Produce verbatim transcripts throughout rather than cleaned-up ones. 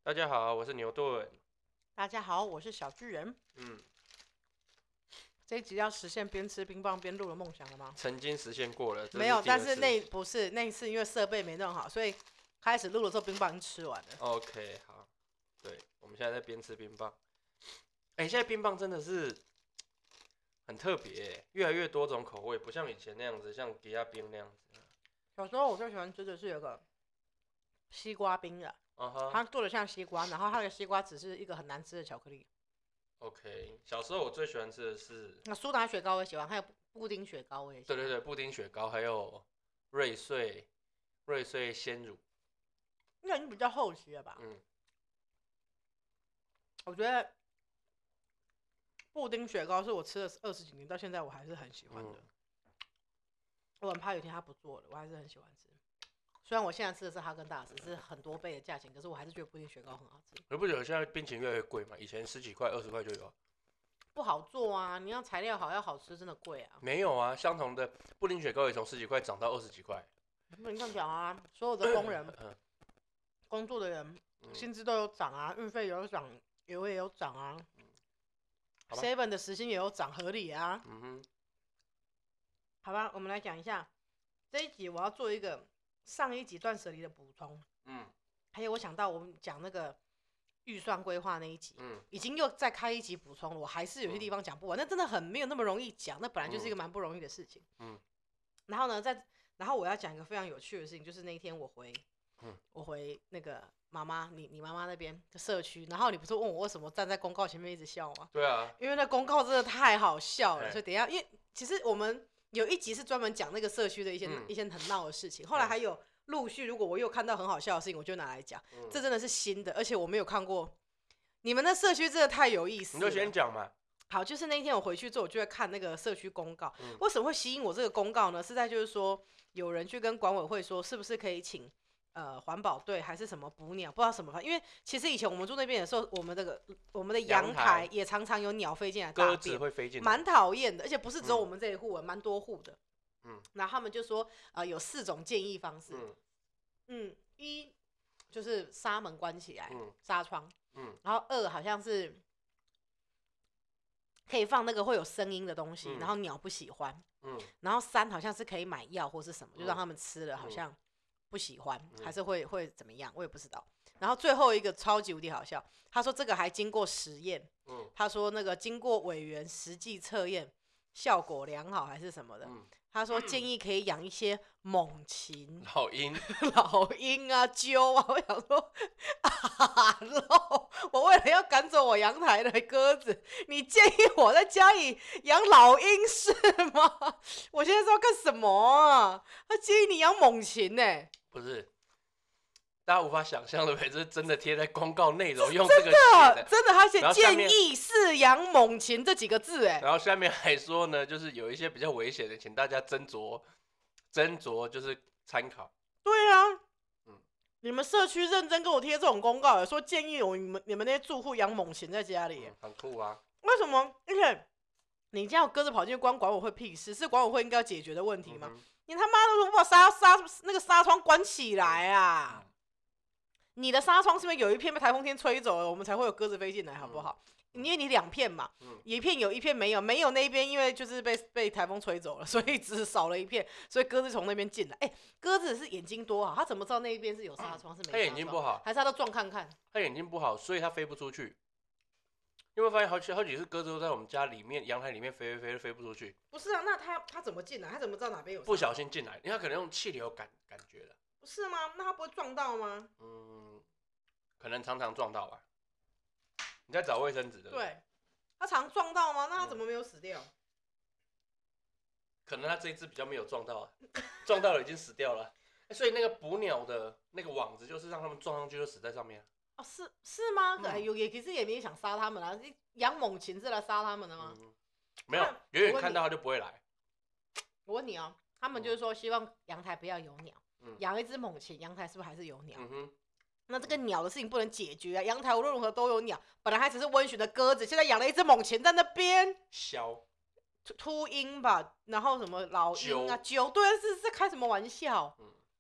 大家好，我是牛顿。 大家好，我是小巨人。 嗯， 这一集要实现边吃冰棒边录的梦想了吗？ 曾经实现过了，这没有，但是第二次。 是那不是那一次，因为设备没弄好，所以开始录的时候冰棒已经吃完了。 OK，好，对，我们现在在边吃冰棒。哎、现在冰棒真的是很特别，越来越多种口味，不像以前那样子，像吉亚冰那样子。 小时候我最喜欢吃的是有个西瓜冰的， 嗯哼它做的像西瓜，然后它的西瓜只是一个很难吃的巧克力。 ，OK。小时候我最喜欢吃的是， 那苏打雪糕我也喜欢，还有布丁雪糕我也喜欢。 对对对，布丁雪糕，还有瑞穗瑞穗鲜乳。 那已经比较后期了吧？ 嗯， 我觉得布丁雪糕是我吃了二十几年，到现在我还是很喜欢的。 嗯我很怕有一天它不做了，我还是很喜欢吃。虽然我现在吃的是哈根达斯，是很多倍的价钱，可是我还是觉得布丁雪糕很好吃。 你不觉得现在冰淇淋越来越贵吗？以前十几块、二十块就有。 不好做啊，你要材料好，要好吃，真的贵啊。 没有啊，相同的布丁雪糕也从十几块涨到二十几块。 不能这样讲啊，所有的工人、 嗯工作的人嗯薪资都有涨啊，运费也有涨，油也有涨啊。 好吧 seven 的时薪也有涨，合理啊。 嗯哼， 好吧，我们来讲一下这一集，我要做一个上一集断舍离的补充。 嗯还有，我想到我们讲那个预算规划那一集， 嗯已经又再开一集补充了，我还是有些地方讲不完，那真的很没有那么容易讲，那本来就是一个蛮不容易的事情。 嗯然后呢，在然后我要讲一个非常有趣的事情，就是那一天我回， 嗯我回那个妈妈，你你妈妈那边的社区，然后你不是问我为什么站在公告前面一直笑吗？ 对啊， 因为那公告真的太好笑了， 哎所以等一下，因为其实我们有一集是专门讲那个社区的一些、 嗯一些很闹的事情，后来还有陆续，如果我有看到很好笑的事情，我就拿来讲。 嗯这真的是新的，而且我没有看过。你们的社区真的太有意思了。 你就先讲嘛。 好，就是那一天我回去之后，我就会看那个社区公告。 嗯为什么会吸引我这个公告呢？是在就是说，有人去跟管委会说，是不是可以请呃环保队还是什么捕鸟，不知道什么。因为其实以前我们住那边的时候，我们这个我们的阳阳台台也常常有鸟飞进来大鸽子便， 会飞进来。 蛮讨厌的。而且不是只有嗯我们这一户，蛮多户的。 嗯然后他们就说，呃，有四种建议方式。 嗯嗯，一就是纱门关起来， 嗯纱窗。 嗯然后二好像是可以放那个会有声音的东西， 嗯然后鸟不喜欢。 嗯然后三好像是可以买药或是什么，就让嗯他们吃了好像不喜欢， 嗯还是会会怎么样，我也不知道。然后最后一个超级无敌好笑，他说这个还经过实验， 嗯他说那个经过委员实际测验，效果良好还是什么的。 嗯， 他说建议可以养一些猛禽、 老鹰。 老鹰啊、鸠啊。我想说，啊，hello，我为了要赶走我阳台的鸽子，你建议我在家里养老鹰是吗？我现在是要干什么啊？他建议你养猛禽呢、欸， 不是，大家无法想象的，这是真的贴在公告内容，用这个写的。 真的，他写然后下面建议饲养猛禽这几个字、欸，哎， 然后下面还说呢，就是有一些比较危险的，请大家斟酌斟酌，就是参考。 对啊， 嗯你们社区认真跟我贴这种公告，说建议我你们你们那些住户养猛禽在家里、欸。 嗯，很酷啊。 为什么？而且你这样鸽子跑进去关管委会屁事？是管委会应该要解决的问题吗？ 嗯哼你他妈的怎么不把纱纱那个纱窗关起来啊？ 嗯你的纱窗是不是有一片被台风天吹走了，我们才会有鸽子飞进来，好不好？因为你两片嘛， 嗯一片有一片没有，没有那一边因为就是被被台风吹走了，所以只少了一片，所以鸽子从那边进来。哎、鸽子是眼睛多好，它怎么知道那一边是有纱窗是没纱窗？ 它眼睛不好， 还是它都撞看看？ 它眼睛不好，所以它飞不出去。你有没有发现好几好几次鸽子都在我们家里面阳台里面飞飞飞飞不出去？ 不是啊，那它它怎么进来？它怎么知道哪边有纱窗？ 不小心进来，因为它可能用气流感感觉的。 不是吗？那它不会撞到吗？ 嗯，可能常常撞到吧。你在找卫生纸的？ 对，它常撞到吗？那它怎么没有死掉？ 可能它这一只比较没有撞到啊，撞到了已经死掉了。欸所以那个捕鸟的那个网子，就是让他们撞上去就死在上面啊。 哦，是是吗？ 嗯哎有也其实也没想杀他们啊，养猛禽是来杀他们的吗？ 嗯，没有， 那远远看到它就不会来。 我问你哦，他们就是说希望阳台不要有鸟， 嗯养一只猛禽，阳台是不是还是有鸟？ 嗯哼， 那这个鸟的事情不能解决啊，阳台无论如何都有鸟，本来还只是温驯的鸽子，现在养了一只猛禽在那边。 枭。 秃秃鹰吧，然后什么老鹰啊、鸠，对啊，是在开什么玩笑？ 嗯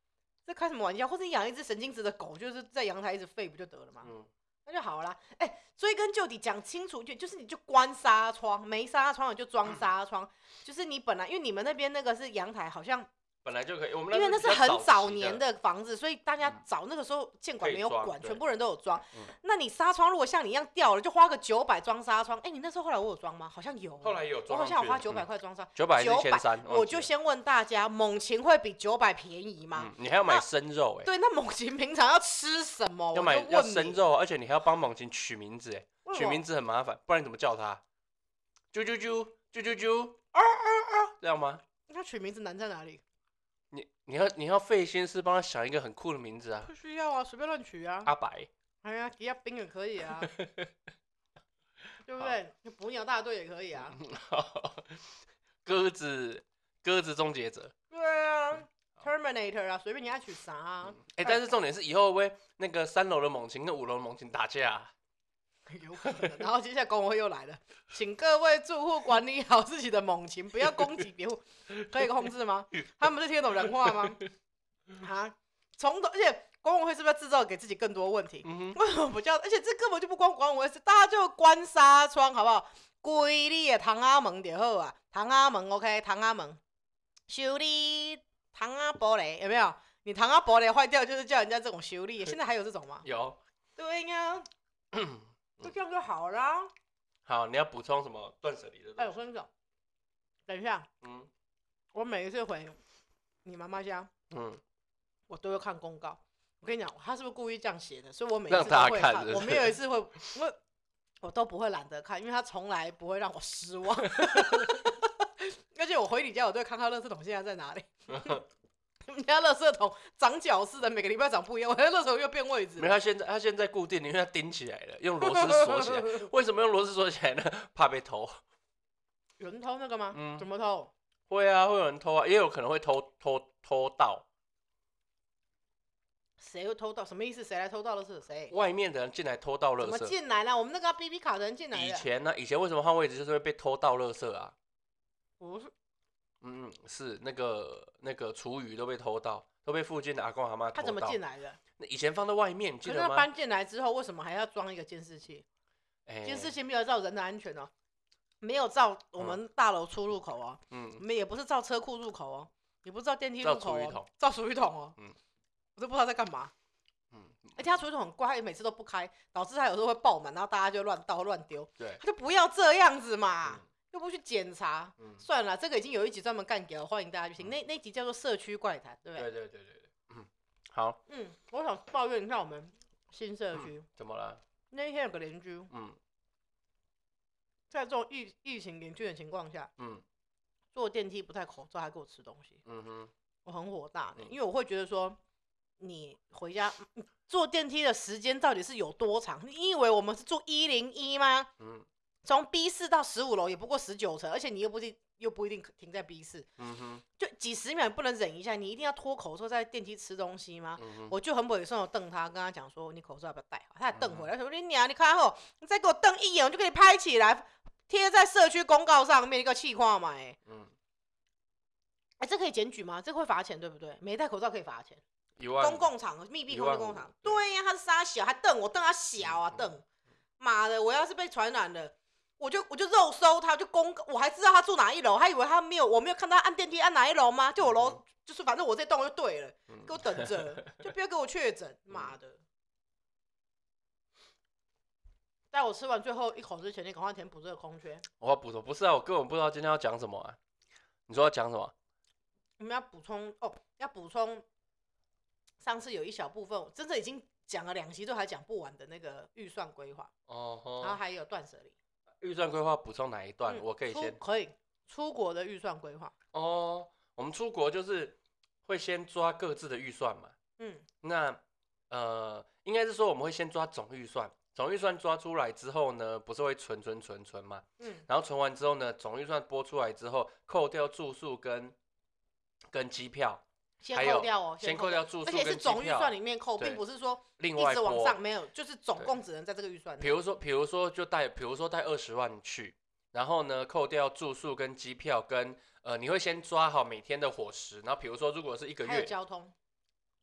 这开什么玩笑？或者你养一只神经质的狗，就是在阳台一直吠不就得了吗？ 嗯， 那就好啦。哎、欸，追根究底讲清楚，就就是你就关纱窗，没纱窗你就装纱窗，就是你本来因为你们那边那个是阳台，好像。 本来就可以，我们因为那是很早年的房子，所以大家早那个时候建管没有管，全部人都有装。 嗯、 那你纱窗如果像你一样掉了，就花个九百装纱窗。哎、欸，你那时候后来我有装吗？好像有。 后来有装。 我好像有花九百块装纱。 九百还是一千三？ 我就先问大家，猛禽会比九百便宜吗、 嗯？你还要买生肉哎、欸。 对，那猛禽平常要吃什么？ 要买要生肉，而且你还要帮猛禽取名字哎、欸，取名字很麻烦，不然你怎么叫它？啾啾啾啾啾啾啊啊啊，这样吗？ 那取名字难在哪里？ 你你要你要费心思帮他想一个很酷的名字啊！ 不需要啊，随便乱取啊。 阿白， 哎呀，吉亚兵也可以啊，对不对？捕鸟大队也可以啊。 鸽子鸽子终结者。 对啊 ，Terminator 啊，随便你爱取啥啊。 哎、欸，但是重点是以后会那个三楼的猛禽跟五楼的猛禽打架、啊。 有可能，然后接下来公文会又来了，请各位住户管理好自己的猛禽，不要攻击别户，可以控制吗？他们是听得懂人话吗？啊，从头，而且管委会是不是要制造给自己更多问题？嗯、为什么不叫？而且这根本就不关管委会事，大家就关纱窗好不好？规你的窗仔门就好啊，窗仔门 OK， 窗仔门修理窗仔玻璃有没有？你窗仔玻璃坏掉就是叫人家这种修理，现在还有这种吗？ 有。 对呀。就这样就好啦。 好，你要补充什么断舍离的？ 哎、欸，我跟你讲，等一下， 嗯， 我每一次回你妈妈家，嗯，我都会看公告。我跟你讲，他是不是故意这样写的？所以我每一次都会看。看是是我没有一次会，我我都不会懒得看，因为他从来不会让我失望。而且我回你家，我都会看看垃圾桶现在在哪里。你家垃圾桶长角似的，每个礼拜长不一样。我的垃圾桶又变位置。 没有，他现在他现在固定，因为他钉起来了，用螺丝锁起来。为什么用螺丝锁起来呢？怕被偷。 有人偷那个吗？嗯，怎么偷？ 会啊，会有人偷啊，也有可能会偷偷偷盗。 谁会偷盗？什么意思？谁来偷盗的是谁？ 外面的人进来偷盗垃圾。 怎么进来呢？我们那个 B B 卡的人进来的。 以前呢、啊？以前为什么换位置就是会被偷盗垃圾啊？ 不是。 嗯，是那个那个厨余都被偷盗，都被附近的阿公阿嬷偷盗。 他怎么进来的？ 那以前放在外面，记得吗？ 可是他搬进来之后，为什么还要装一个监视器？监视器没有照人的安全哦，没有照我们大楼出入口哦，嗯，我们也不是照车库入口哦，也不是照电梯入口哦，照厨余桶哦，嗯，我都不知道在干嘛。嗯，而且他厨余桶很怪，他每次都不开，导致他有时候会爆满，然后大家就乱倒乱丢。 对， 他就不要这样子嘛。嗯，又不去检查，嗯、算了，这个已经有一集专门干掉，欢迎大家去听。嗯、那那集叫做《社区怪谈》，对不对？ 对对对对对。嗯，好。 嗯，我想抱怨一下我们新社区、嗯。 怎么了？ 那一天有个邻居，嗯，在这种疫疫情严峻的情况下，嗯，坐电梯不戴口罩还给我吃东西，嗯哼，我很火大的，嗯、因为我会觉得说，你回家坐电梯的时间到底是有多长？你以为我们是住一零一吗？嗯。从 B 四到十五楼也不过十九层，而且你又不一又不一定停在 B 四，嗯哼，就几十秒你不能忍一下，你一定要脱口罩在电梯吃东西吗？嗯、我就很不会顺手瞪他，跟他讲说你口罩要不要戴好，他还瞪回来，说、嗯、你娘，你看后，你再给我瞪一眼，我就给你拍起来，贴在社区公告上面，一个气话嘛，哎，嗯，哎，这可以检举吗？这个会罚钱对不对？没戴口罩可以罚钱， 一万， 公共场合密闭空间公共场，对呀、啊，他是杀小还瞪我，瞪他小啊，瞪，妈的，我要是被传染了。我就我就肉搜他，就公，我还知道他住哪一楼，还以为他没有，我没有看他按电梯按哪一楼吗？就我楼，嗯、就是反正我这栋就对了，嗯、给我等着，就不要给我确诊，妈的！在我吃完最后一口之前，你赶快填补这个空缺。 我要补充，不是啊，我根本不知道今天要讲什么啊。你说要讲什么？ 我们要补充哦，要补充上次有一小部分，真的已经讲了两集都还讲不完的那个预算规划，哦，然后还有断舍离。 预算规划补充哪一段？嗯、我可以先可以出国的预算规划哦。我们出国就是会先抓各自的预算嘛。嗯，那呃，应该是说我们会先抓总预算，总预算抓出来之后呢，不是会存存存存嘛？嗯，然后存完之后呢，总预算拨出来之后，扣掉住宿跟跟机票。 先扣掉哦， 先扣掉住宿跟机票， 而且是总预算里面扣，并不是说一直往上没有，就是总共只能在这个预算。 比如说，比如说就带，比如说带二十万去，然后呢扣掉住宿跟机票跟呃，你会先抓好每天的伙食，然后比如说如果是一个月， 还有交通，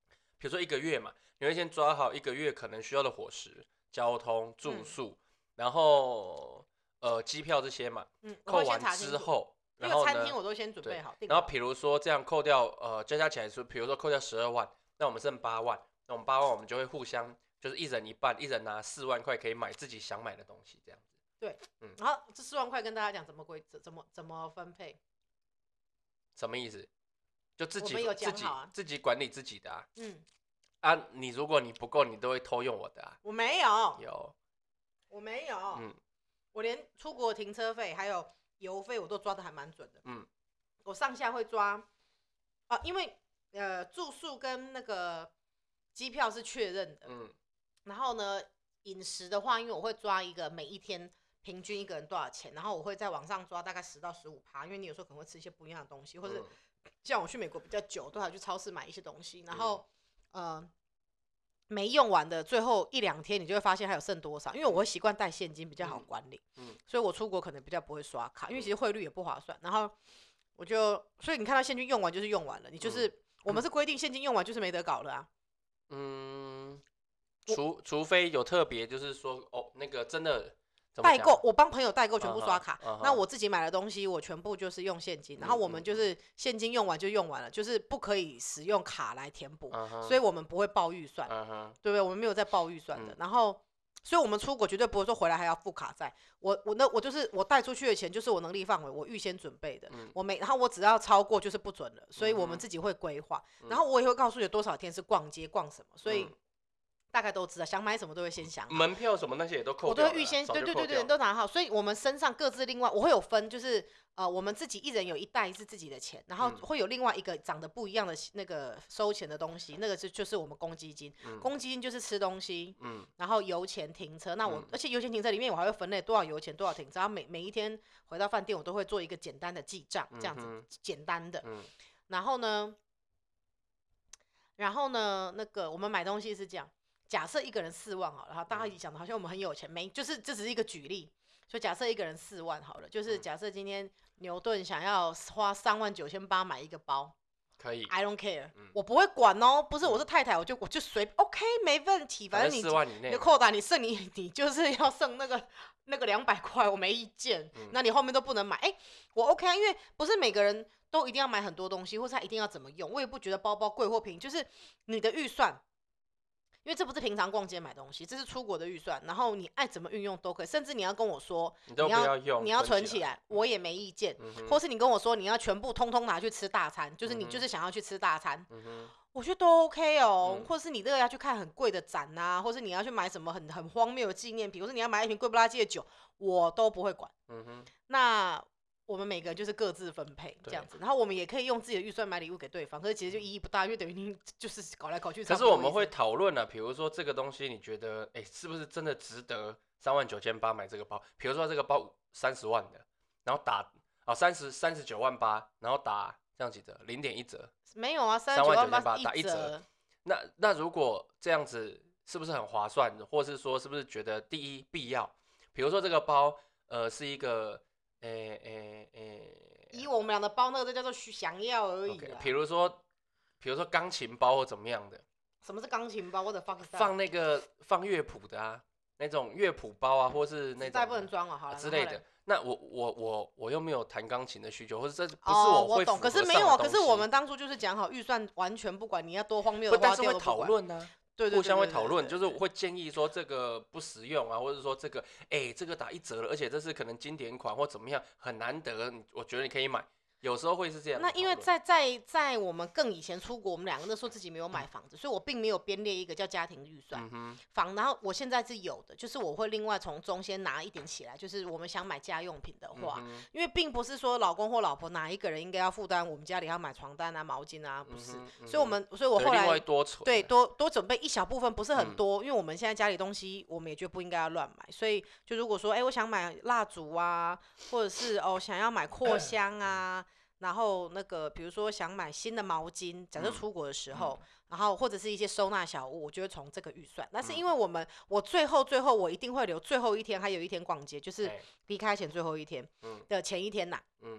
比如说一个月嘛，你会先抓好一个月可能需要的伙食、交通、住宿，嗯、然后呃机票这些嘛， 嗯， 扣完之后， 因为餐厅我都先准备好， 然后比如说这样扣掉，呃，加加起来说，比如说扣掉十二万，那我们剩八万，那我们八万我们就会互相就是一人一半，一人拿四万块可以买自己想买的东西，这样子。 对，嗯，然后这四万块跟大家讲怎么规则，怎么怎么分配？ 什么意思？就自己有自己、 啊、 自己管理自己的啊。 嗯。 啊，你如果你不够，你都会偷用我的啊。 我没有。 有。 我没有。 嗯。 我连出国停车费还有油费我都抓得还蛮准的。 嗯。 我上下会抓，啊，因为呃住宿跟那个机票是确认的。嗯。然后呢，饮食的话，因为我会抓一个每一天。平均一个人多少钱？然后我会在网上抓大概十到十五趴，因为你有时候可能会吃一些不一样的东西，或者像我去美国比较久，都还去超市买一些东西，然后、嗯、呃没用完的最后一两天，你就会发现还有剩多少。因为我会习惯带现金，比较好管理，嗯，所以我出国可能比较不会刷卡，因为其实汇率也不划算。然后我就，所以你看到现金用完就是用完了，你就是、嗯、我们是规定现金用完就是没得搞了啊。 嗯，除除非有特别，就是说哦，那个真的。 代购，我帮朋友代购全部刷卡， uh-huh, uh-huh. 那我自己买的东西我全部就是用现金，然后我们就是现金用完就用完了，就是不可以使用卡来填补， uh-huh. 所以我们不会报预算， uh-huh. 对不对？我们没有在报预算的，嗯、然后，所以我们出国绝对不会说回来还要付卡债。我我那我就是我带出去的钱就是我能力范围，我预先准备的，嗯、我没，然后我只要超过就是不准了，所以我们自己会规划，嗯、然后我也会告诉你多少天是逛街逛什么，所以。嗯大概都知道，想买什么都会先想好， 门票什么那些也都扣掉了， 我都会预先，对对对对，都拿好。所以我们身上各自另外，我会有分，就是呃，我们自己一人有一袋是自己的钱，然后会有另外一个长得不一样的那个收钱的东西，那个是就是我们公积金，嗯、公积金就是吃东西，嗯、然后油钱停车。那我、嗯、而且油钱停车里面我还会分类多少油钱多少停车，然后每每一天回到饭店我都会做一个简单的记账，这样子、嗯、简单的。嗯、然后呢，然后呢，那个我们买东西是这样。假设一个人四万好了，然后大家一起讲的好像我们很有钱，没，就是这只是一个举例。所以假设一个人四万好了，就是假设今天牛顿想要花三万九千八买一个包， 可以 ，I don't care，、嗯、我不会管哦，不是我是太太，我就我就随 OK 没问题，反正你你的扣打你剩你你就是要剩那个那个两百块，我没意见、嗯，那你后面都不能买，哎、欸，我 OK 啊，因为不是每个人都一定要买很多东西，或是他一定要怎么用，我也不觉得包包贵或便宜，就是你的预算。因为这不是平常逛街买东西，这是出国的预算，然后你爱怎么运用都可以，甚至你要跟我说你都不要用， 你要存起来，我也没意见、嗯。或是你跟我说你要全部通通拿去吃大餐，就是你就是想要去吃大餐，嗯、我觉得都 OK 哦。嗯、或是你这个要去看很贵的展啊，或是你要去买什么很很荒谬的纪念品，或是你要买一瓶贵不拉几的酒，我都不会管。嗯、那我们每个人就是各自分配这样子，然后我们也可以用自己的预算买礼物给对方，可是其实就意义不大，因为等于你就是搞来搞去。 可是我们会讨论啊，比如说这个东西，你觉得哎、欸、是不是真的值得三万九千八买这个包？比如说这个包三十万的，然后打啊三十三十九万八，然后打这样几折，零点一折。 没有啊，三十九万八打一折。那那如果这样子是不是很划算？或是说是不是觉得第一必要？比如说这个包呃是一个。诶诶诶， 以我们俩的包那个就叫做想要而已啦。 比、okay, 如说，比如说钢琴包或怎么样的。 什么是钢琴包？我的 fuck。 放那个放乐谱的啊，那种乐谱包啊，或是那种。 再不能装了，好了。 之类的。那我我我我又没有弹钢琴的需求，或者这不是我会符合上的东西。 哦，我懂。可是没有，可是我们当初就是讲好预算，完全不管你要多荒谬的花掉都不管。 但是会讨论啊。 对对对对对对对， 互相会讨论，就是会建议说这个不实用啊，或者说这个哎、欸、这个打一折了，而且这是可能经典款或怎么样很难得，我觉得你可以买。有时候会是这样。 那因为在在在我们更以前出国，我们两个那时候自己没有买房子，所以我并没有编列一个叫家庭预算、嗯、房。然后我现在是有的，就是我会另外从中间拿一点起来，就是我们想买家用品的话，嗯、因为并不是说老公或老婆哪一个人应该要负担我们家里要买床单啊、毛巾啊，不是。嗯嗯、所以我们所以我后来多存对多多准备一小部分，不是很多、嗯，因为我们现在家里东西我们也觉得不应该要乱买，所以就如果说哎、欸、我想买蜡烛啊，或者是哦想要买扩香啊。然后那个，比如说想买新的毛巾，假设出国的时候，嗯、然后或者是一些收纳小物，我就会从这个预算。但是因为我们，我最后最后我一定会留最后一天，还有一天逛街，就是离开前最后一天的前一天呐。嗯。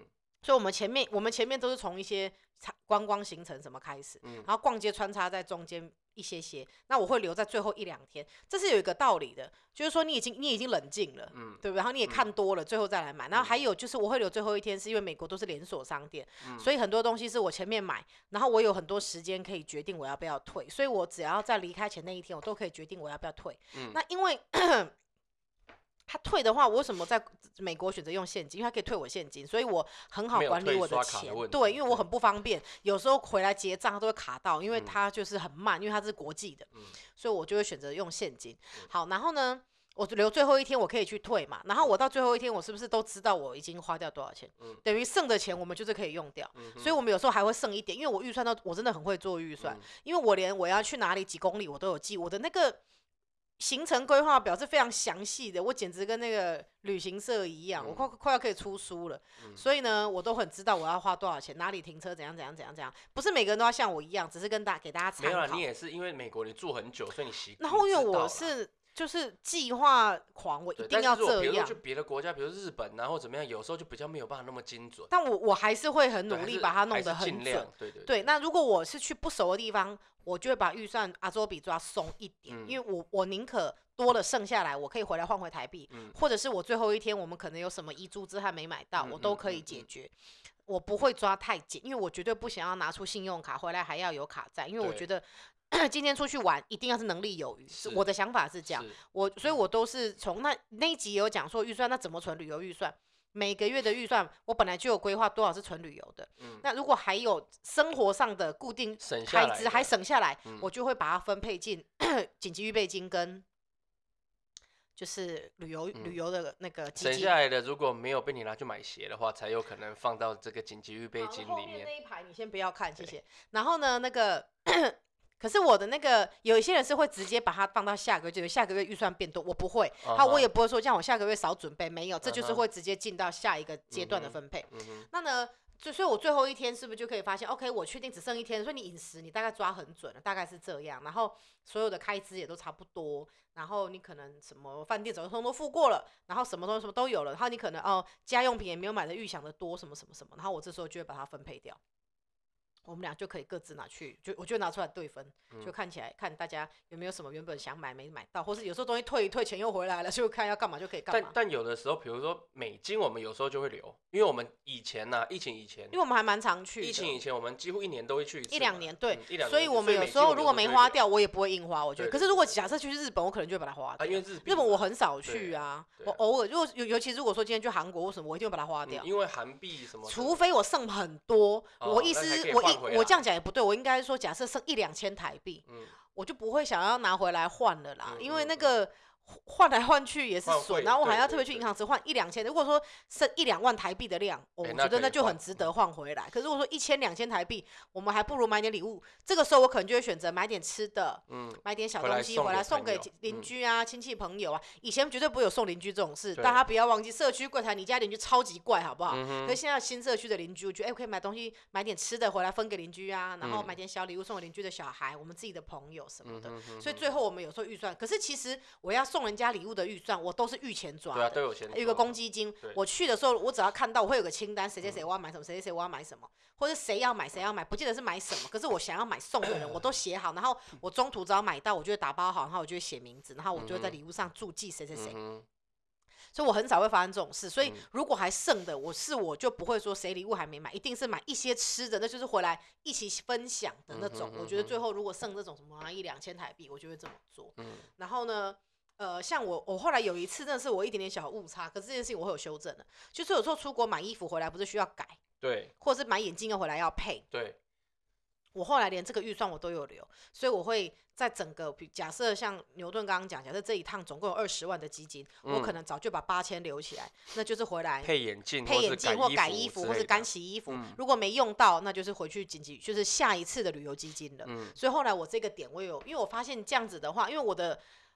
所以我们前面我们前面都是从一些观光行程什么开始， 嗯、 然后逛街穿插在中间一些些，那我会留在最后一两天，这是有一个道理的，就是说你已经你已经冷静了，嗯、对不对？然后你也看多了，嗯、最后再来买。然后还有就是我会留最后一天，是因为美国都是连锁商店，嗯、所以很多东西是我前面买，然后我有很多时间可以决定我要不要退，所以我只要在离开前那一天，我都可以决定我要不要退。嗯、那因为他退的话，我为什么在美国选择用现金？因为他可以退我现金，所以我很好管理我的钱。 的对，因为我很不方便，有时候回来结账都会卡到，因为他就是很慢，因为他是国际的，嗯、所以我就会选择用现金。好，然后呢，我留最后一天我可以去退嘛，然后我到最后一天我是不是都知道我已经花掉多少钱？嗯、等于剩的钱我们就是可以用掉，嗯、所以我们有时候还会剩一点，因为我预算都我真的很会做预算，嗯、因为我连我要去哪里几公里我都有记，我的那个行程规划表是非常详细的，我简直跟那个旅行社一样，嗯、我快快要可以出书了。嗯、所以呢，我都很知道我要花多少钱，哪里停车，怎样怎样怎样怎样。不是每个人都要像我一样，只是跟大给大家参考。 没有啦，你也是因为美国你住很久，所以你习。 然后因为我是就是计划狂，我一定要这样。 比如说去别的国家，比如日本，然后怎么样，有时候就比较没有办法那么精准。 但我我还是会很努力把它弄得很准。 对对 对, 对。那如果我是去不熟的地方，我就会把预算阿周比抓松一点，嗯、因为我我宁可多了剩下来，我可以回来换回台币，嗯、或者是我最后一天我们可能有什么遗珠之憾没买到，嗯、我都可以解决。嗯嗯嗯、我不会抓太紧，因为我绝对不想要拿出信用卡回来还要有卡债，因为我觉得今天出去玩一定要是能力有余。我的想法是这样，我所以，我都是从那那一集也有讲说预算，那怎么存旅游预算？每个月的预算，我本来就有规划多少是纯旅游的。嗯、那如果还有生活上的固定开支还省下来，嗯、我就会把它分配进紧急预备金跟就是旅游、嗯、旅游的那个基金。 省下来的如果没有被你拿去买鞋的话，才有可能放到这个紧急预备金里面。 后面那一排你先不要看，谢谢。然后呢，那个。可是我的那个有一些人是会直接把它放到下个月，就下个月预算变多，我不会，那、uh huh. 我也不会说这样我下个月少准备，没有，这就是会直接进到下一个阶段的分配。Uh huh. 那呢，所以我最后一天是不是就可以发现 ，OK， 我确定只剩一天，所以你饮食你大概抓很准了，大概是这样，然后所有的开支也都差不多，然后你可能什么饭店总通都付过了，然后什么东西什么都有了，然后你可能哦家用品也没有买的预想的多，什么什么什么，然后我这时候就会把它分配掉。我们俩就可以各自拿去，就我就拿出来对分，就看起来看大家有没有什么原本想买没买到，或是有时候东西退一退，钱又回来了，就看要干嘛就可以干嘛。 但但有的时候，比如说美金，我们有时候就会留，因为我们以前呐、啊，疫情以前， 因为我们还蛮常去的。 疫情以前，我们几乎一年都会去一次， 一两年，对， 嗯、一两年。 所以我们有时候如果没花掉，我也不会硬花，我觉得。可是如果假设去日本，我可能就会把它花掉。 啊、因为日日本我很少去啊，我偶尔，如果尤尤其如果说今天去韩国或什么，我一定会把它花掉。 嗯、因为韩币什么， 除非我剩很多， 哦、 我意思我一我这样讲也不对，我应该说假设剩一两千台币，嗯、我就不会想要拿回来换了啦，嗯、因为那个。换来换去也是损，然后我还要特别去银行只换一两千。如果说剩一两万台币的量，哦，我觉得那就很值得换回来。可是如果说一千两千台币，我们还不如买点礼物。这个时候我可能就会选择买点吃的，嗯，买点小东西回来送给邻居啊、亲戚朋友啊。以前绝对不会有送邻居这种事，大家不要忘记，社区柜台你家邻居超级怪，好不好？可是现在新社区的邻居，我觉得哎，可以买东西，买点吃的回来分给邻居啊，然后买点小礼物送给邻居的小孩，我们自己的朋友什么的。所以最后我们有时候预算，可是其实我要送人家礼物的预算我都是预前抓的， 对啊，都有钱抓。 有一个公积金，我去的时候我只要看到我会有个清单，谁谁谁我要买什么，谁谁谁我要买什么，或者谁要买谁要买，不记得是买什么，可是我想要买送的人我都写好，然后我中途只要买到我就会打包好，然后我就会写名字，然后我就会在礼物上注记谁谁谁。嗯所以我很少会发生这种事，所以如果还剩的，我是我就不会说谁礼物还没买，一定是买一些吃的，那就是回来一起分享的那种。我觉得最后如果剩这种什么一两千台币，我就会这么做。然后呢，呃，像我我后来有一次，真的是我一点点小误差，可是这件事情我会有修正的，就是有时候出国买衣服回来不是需要改， 对， 或者是买眼镜要回来要配， 对。 我后来连这个预算我都有留，所以我会在整个假设像牛顿刚刚讲，假设这一趟总共有二十万的基金，嗯、我可能早就把八千留起来，那就是回来配眼镜、 配眼镜或改衣服或是干洗衣服。嗯、如果没用到，那就是回去紧急，就是下一次的旅游基金了。嗯、所以后来我这个点我有，因为我发现这样子的话，因为我的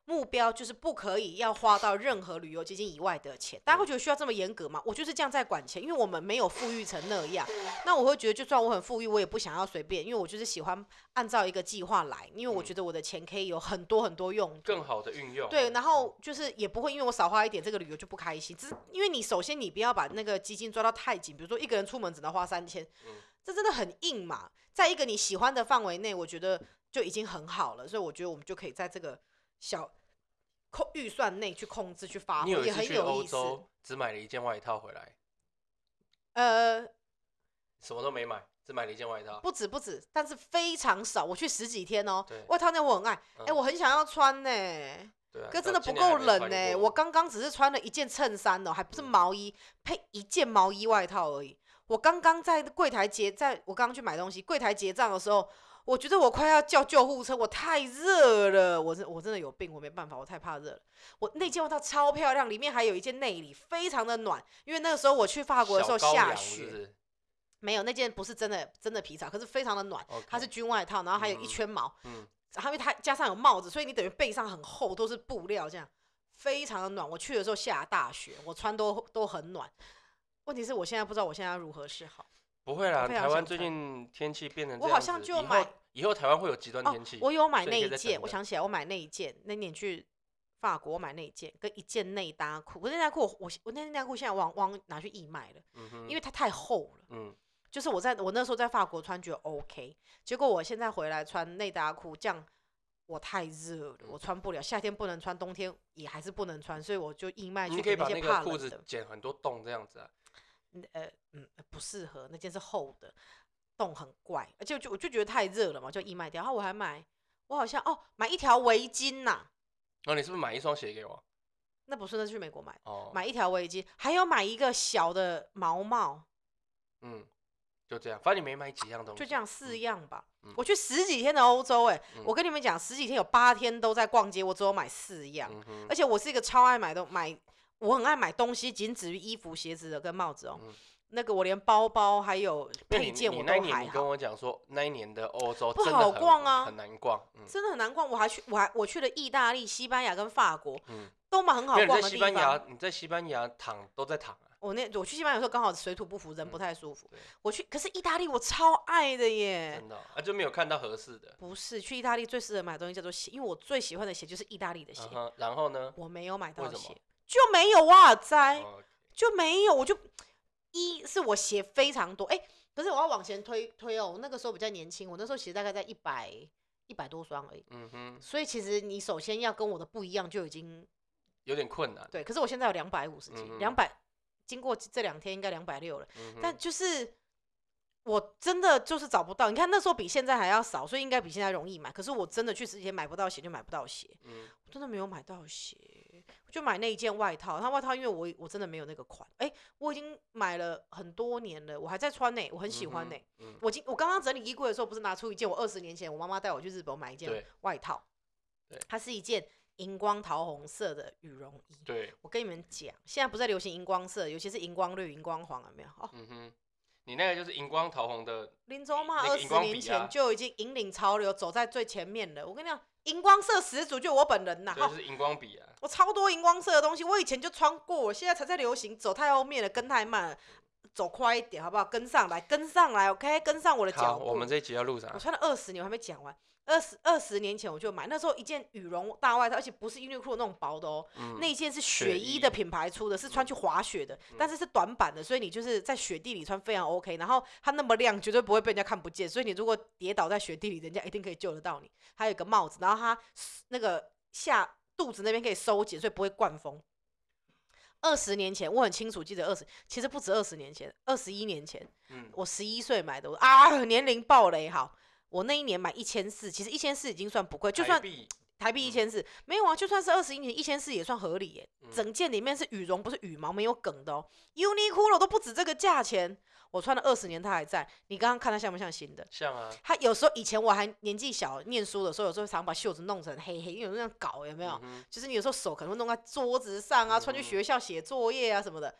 目标就是不可以要花到任何旅游基金以外的钱。大家会觉得需要这么严格吗？我就是这样在管钱，因为我们没有富裕成那样。那我会觉得，就算我很富裕，我也不想要随便，因为我就是喜欢按照一个计划来，因为我觉得我的钱可以有很多很多用途， 更好的运用。 对，然后就是也不会因为我少花一点，这个旅游就不开心。只是因为你首先你不要把那个基金抓到太紧，比如说一个人出门只能花三千，嗯，这真的很硬嘛。在一个你喜欢的范围内，我觉得就已经很好了，所以我觉得我们就可以在这个小控预算内去控制去发挥，也很有意思。你有一次去欧洲只买了一件外套回来， 呃， 什么都没买，只买了一件外套。 不止不止，但是非常少。我去十几天哦，外套那我很爱，哎、嗯欸，我很想要穿呢、欸。对啊，可真的不够冷呢、欸。我刚刚只是穿了一件衬衫哦，还不是毛衣，配一件毛衣外套而已。我刚刚在柜台结，在我刚刚去买东西，柜台结账的时候。我觉得我快要叫救护车，我太热了，我真我真的有病，我没办法，我太怕热了。我那件外套超漂亮，里面还有一件内里，非常的暖。因为那个时候我去法国的时候下雪， 是是没有那件不是真的真的皮草，可是非常的暖， okay, 它是军外套，然后还有一圈毛，嗯，然后因为它加上有帽子，所以你等于背上很厚，都是布料，这样非常的暖。我去的时候下大雪，我穿都都很暖。问题是我现在不知道我现在要如何是好。 不会啦，台湾最近天气变成这样子， 我好像就买 以, 后以后台湾会有极端天气、 哦。我有买那一件，我想起来，我买那一件，那年去法国我买那一件，跟一件内搭裤。我那内搭裤，我我那内搭裤现在忘忘拿去义卖了，嗯、因为它太厚了。嗯，就是我在我那时候在法国穿觉得 OK， 结果我现在回来穿内搭裤，这样我太热了，我穿不了，夏天不能穿，冬天也还是不能穿，所以我就义卖去给那些怕冷的。 你可以把那个裤子剪很多洞这样子啊。 呃嗯，不适合，那件是厚的，洞很怪，而且就我就觉得太热了嘛，就义卖掉。然后我还买，我好像哦买一条围巾呐、啊。 哦，你是不是买一双鞋给我？ 那不是，那是去美国买的。哦，买一条围巾，还有买一个小的毛帽。 嗯，就这样，反正你没买几样东西。 就这样四样吧。嗯、我去十几天的欧洲、欸，哎、嗯，我跟你们讲，十几天有八天都在逛街，我只有买四样、嗯，而且我是一个超爱买东买。我很爱买东西，仅止于衣服、鞋子的跟帽子哦。嗯、那个我连包包还有配件我都还好。 你那一年你跟我讲说，那一年的欧洲不好逛啊， 很难逛、嗯， 真的很难逛。我还去，我还我去了意大利、西班牙跟法国，嗯、都蛮很好逛的地方。 你在西班牙，你在西班牙躺都在躺啊。 我那我去西班牙有时候刚好水土不服，人不太舒服。嗯、我去，可是意大利我超爱的耶。 真的、哦、啊，就没有看到合适的。 不是，去意大利最适合买的东西叫做鞋，因为我最喜欢的鞋就是意大利的鞋。 嗯、然后呢？ 我没有买到鞋。就没有哇塞， oh, okay. 就没有，我就一是我鞋非常多，哎、欸，可是我要往前推推哦，我那个时候比较年轻，我那时候鞋大概在一百一百多双而已，嗯哼，所以其实你首先要跟我的不一样，就已经有点困难， 对，可是我现在有两百五十斤，两百，经过这两天应该两百六了，嗯、但就是我真的就是找不到，你看那时候比现在还要少，所以应该比现在容易买，可是我真的去之前买不到鞋就买不到鞋，嗯，我真的没有买到鞋。我就买那一件外套，它外套因为我我真的没有那个款，哎、欸，我已经买了很多年了，我还在穿呢、欸，我很喜欢呢、欸嗯嗯。我今我刚刚整理衣柜的时候，不是拿出一件我二十年前我妈妈带我去日本买一件外套，它是一件荧光桃红色的羽绒衣。对，我跟你们讲，现在不在流行荧光色，尤其是荧光绿、荧光黄，有没有？哦， 嗯哼，你那个就是荧光桃红的， 林州嘛，二十年前就已经引领潮流，走在最前面了。我跟你讲。荧光色十足，就我本人呐， 就是荧光笔啊， 我超多荧光色的东西，我以前就穿过，我现在才在流行，走太后面了，跟太慢了，走快一点好不好？跟上来，跟上来 ，OK， 跟上我的脚步。 好，我们这一集要录啥？ 我穿了二十年，我还没讲完。二十二十年前我就买，那时候一件羽绒大外套，而且不是优衣库那种薄的哦，嗯、那一件是雪衣的品牌出的，是穿去滑雪的，嗯、但是是短版的，所以你就是在雪地里穿非常 OK。然后它那么亮，绝对不会被人家看不见，所以你如果跌倒在雪地里，人家一定可以救得到你。还有一个帽子，然后它那个下肚子那边可以收紧，所以不会灌风。二十年前，我很清楚记得二十，其实不止二十年前，二十一年前，嗯、我十一岁买的，我啊，年龄爆雷好。我那一年买一千四，其实一千四已经算不贵，就算台币一千四，没有啊，就算是二十一年一千四也算合理耶。嗯、整件里面是羽绒，不是羽毛，没有梗的哦。Uniqlo 都不止这个价钱，我穿了二十年它还在。你刚刚看它像不像新的？ 像啊。 它有时候以前我还年纪小，念书的时候，有时候常把袖子弄成黑黑，因为有那样搞有没有？嗯、就是你有时候手可能会弄在桌子上啊，嗯、穿去学校写作业啊什么的。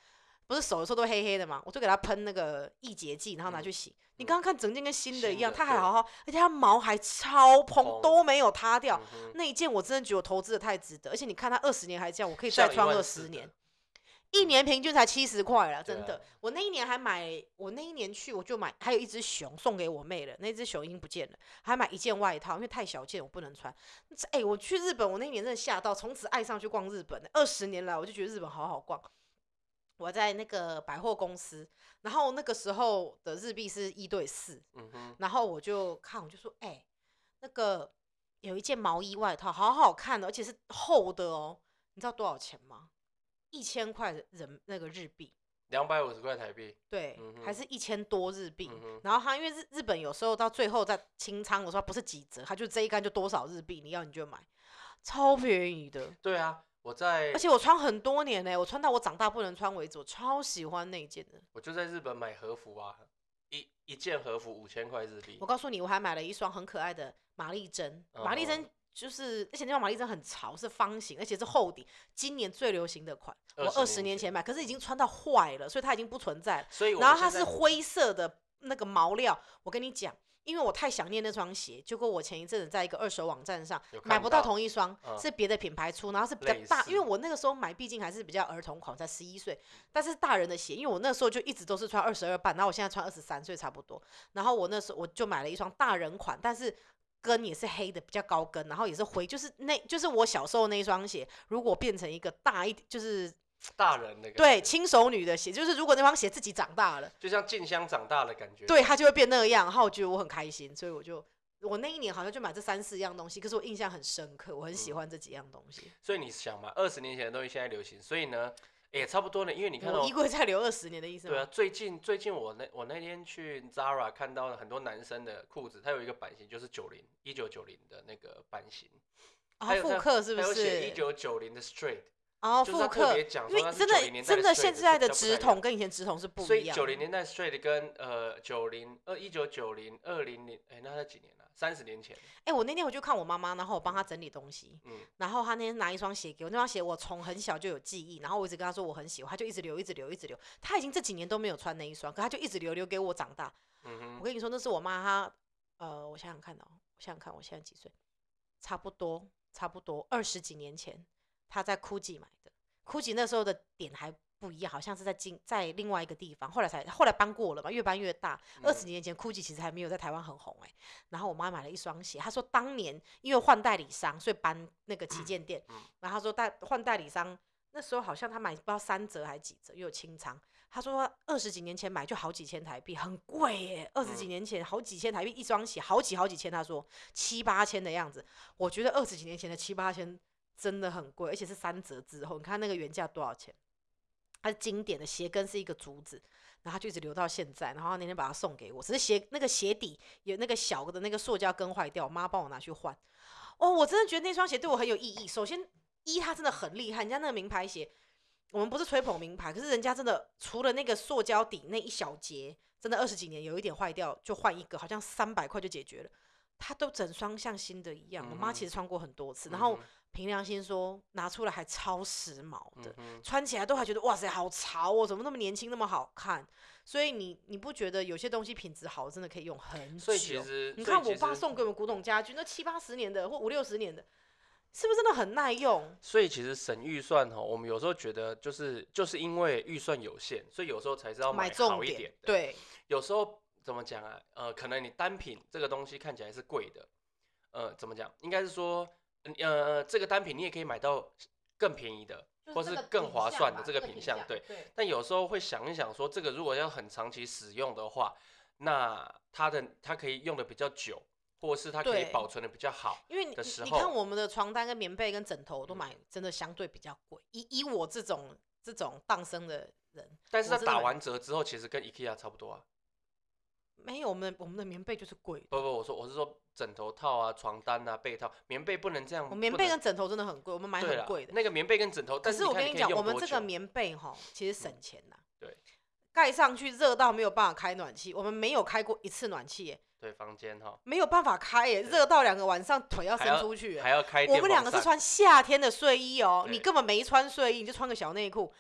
不是手有时候都黑黑的嘛，我就给它喷那个抑结剂，然后拿去洗。嗯、你刚刚看整件跟新的一样，它还好好，而且它毛还超蓬，都没有塌掉。嗯、那一件我真的觉得我投资的太值得，而且你看它二十年还这样，我可以再穿二十年。一年平均才七十块了，真的。啊、我那一年还买，我那一年去我就买，还有一只熊送给我妹了，那只熊已经不见了，还买一件外套，因为太小件我不能穿。哎、欸，我去日本，我那一年真的吓到，从此爱上去逛日本。二十年来，我就觉得日本好好逛。我在那个百货公司，然后那个时候的日币是一对四，嗯、然后我就看，我就说，哎、欸，那个有一件毛衣外套，好好看的，而且是厚的哦，你知道多少钱吗？一千块人那个日币， 两百五十块台币， 对，嗯、还是一千多日币。嗯、然后他因为日日本有时候到最后在清仓的时候不是几折，他就这一杆就多少日币，你要你就买，超便宜的。 对啊，我在， 而且我穿很多年呢、欸，我穿到我长大不能穿为止，我超喜欢那一件的。 我就在日本买和服啊，一一件和服五千块日币。 我告诉你，我还买了一双很可爱的玛丽珍，玛丽珍。就是，而且那双玛丽珍很潮，是方形，而且是厚底，今年最流行的款。我二十年前买，可是已经穿到坏了，所以它已经不存在了。 所以我然后它是灰色的那个毛料，我跟你讲，因为我太想念那双鞋，结果我前一阵子在一个二手网站上买不到同一双，嗯、是别的品牌出，然后是比较大，因为我那个时候买，毕竟还是比较儿童款，才十一岁，但是大人的鞋，因为我那时候就一直都是穿二十二半，然后我现在穿二十三岁差不多，然后我那时候我就买了一双大人款，但是。跟也是黑的，比较高跟，然后也是灰，就是那，就是我小时候那一双鞋，如果变成一个大一，就是大人的， 对，轻熟女的鞋，就是如果那双鞋自己长大了， 就像静香长大的感觉， 对，它就会变那个样，然后我觉得我很开心，所以我就我那一年好像就买这三四样东西，可是我印象很深刻，我很喜欢这几样东西。嗯、 所以你想嘛，二十年前的东西现在流行，所以呢。也、欸、差不多呢，因为你看到、 我衣柜再留二十年的意思吗？ 对啊，最近最近我那我那天去 Zara 看到了很多男生的裤子，它有一个版型就是九零一九九零的那个版型， 啊、哦，复刻是不是？ 还有写一九九零的 straight， 哦，复刻，因为真的真的现在的直筒跟以前直筒是不一样的， 所以九零年代 straight 跟呃九零呃一九九零二零年，哎，那才几年啊？三十年前。 哎、欸，我那天回去看我妈妈，然后我帮她整理东西，嗯，然后她那天拿一双鞋给我，那双鞋我从很小就有记忆，然后我一直跟她说我很喜欢，她就一直留，一直留，一直留。她已经这几年都没有穿那一双，可她就一直留，留给我长大。嗯哼，我跟你说，那是我妈她，呃，我想想看哦，我想想看，我现在几岁？差不多，差不多二十几年前，她在 Gucci 买的。Gucci 那时候的点还不一样，好像是在金在另外一个地方，后来才后来搬过了嘛，越搬越大。二十年前 Gucci 其实还没有在台湾很红哎、欸。然后我妈买了一双鞋，她说当年因为换代理商，所以搬那个旗舰店。然后她说代换代理商那时候好像她买不知道三折还几折，又有清仓。她说二十几年前买就好几千台币，很贵耶、欸。二十几年前好几千台币一双鞋，好几好几千，她说七八千的样子。我觉得二十几年前的七八千真的很贵，而且是三折之后，你看那个原价多少钱？它是经典的鞋跟是一个竹子，然后它就一直留到现在。然后他那天把它送给我，只是鞋那个鞋底有那个小的那个塑胶跟坏掉，我妈帮我拿去换。哦，我真的觉得那双鞋对我很有意义。首先，一它真的很厉害，人家那个名牌鞋，我们不是吹捧名牌，可是人家真的除了那个塑胶底那一小节，真的二十几年有一点坏掉就换一个，好像三百块就解决了。它都整双像新的一样。嗯、我妈其实穿过很多次，然后。凭良心说，拿出来还超时髦的，嗯、穿起来都还觉得哇塞，好潮哦！怎么那么年轻，那么好看？所以你你不觉得有些东西品质好，真的可以用很久？ 所以其实， 你看我爸送给我们古董家具，那七八十年的或五六十年的，是不是真的很耐用？ 所以其实省预算哈，我们有时候觉得就是就是因为预算有限，所以有时候才是要买好一点的。 对， 有时候怎么讲啊？呃，可能你单品这个东西看起来是贵的，呃，怎么讲？应该是说。呃，这个单品你也可以买到更便宜的，或是更划算的这个品项，对。但有时候会想一想说，这个如果要很长期使用的话，那它的它可以用的比较久，或是它可以保存的比较好的时候。因为 你, 你看我们的床单跟棉被跟枕头都买，真的相对比较贵。以以我这种这种荡生的人， 但是它打完折之后，其实跟 IKEA 差不多啊。 没有，我们的我们的棉被就是贵。 不不，我说我是说枕头套啊、床单啊、被套，棉被不能这样。 我棉被跟枕头真的很贵，我们买很贵的。 那个棉被跟枕头，但是我跟你讲，我们这个棉被哈，其实省钱呐、 嗯。对。 盖上去热到没有办法开暖气，我们没有开过一次暖气耶。 对，房间哈。没有办法开耶，热到两个晚上腿要伸出去。 还要开。 我们两个是穿夏天的睡衣哦，你根本没穿睡衣，你就穿个小内裤。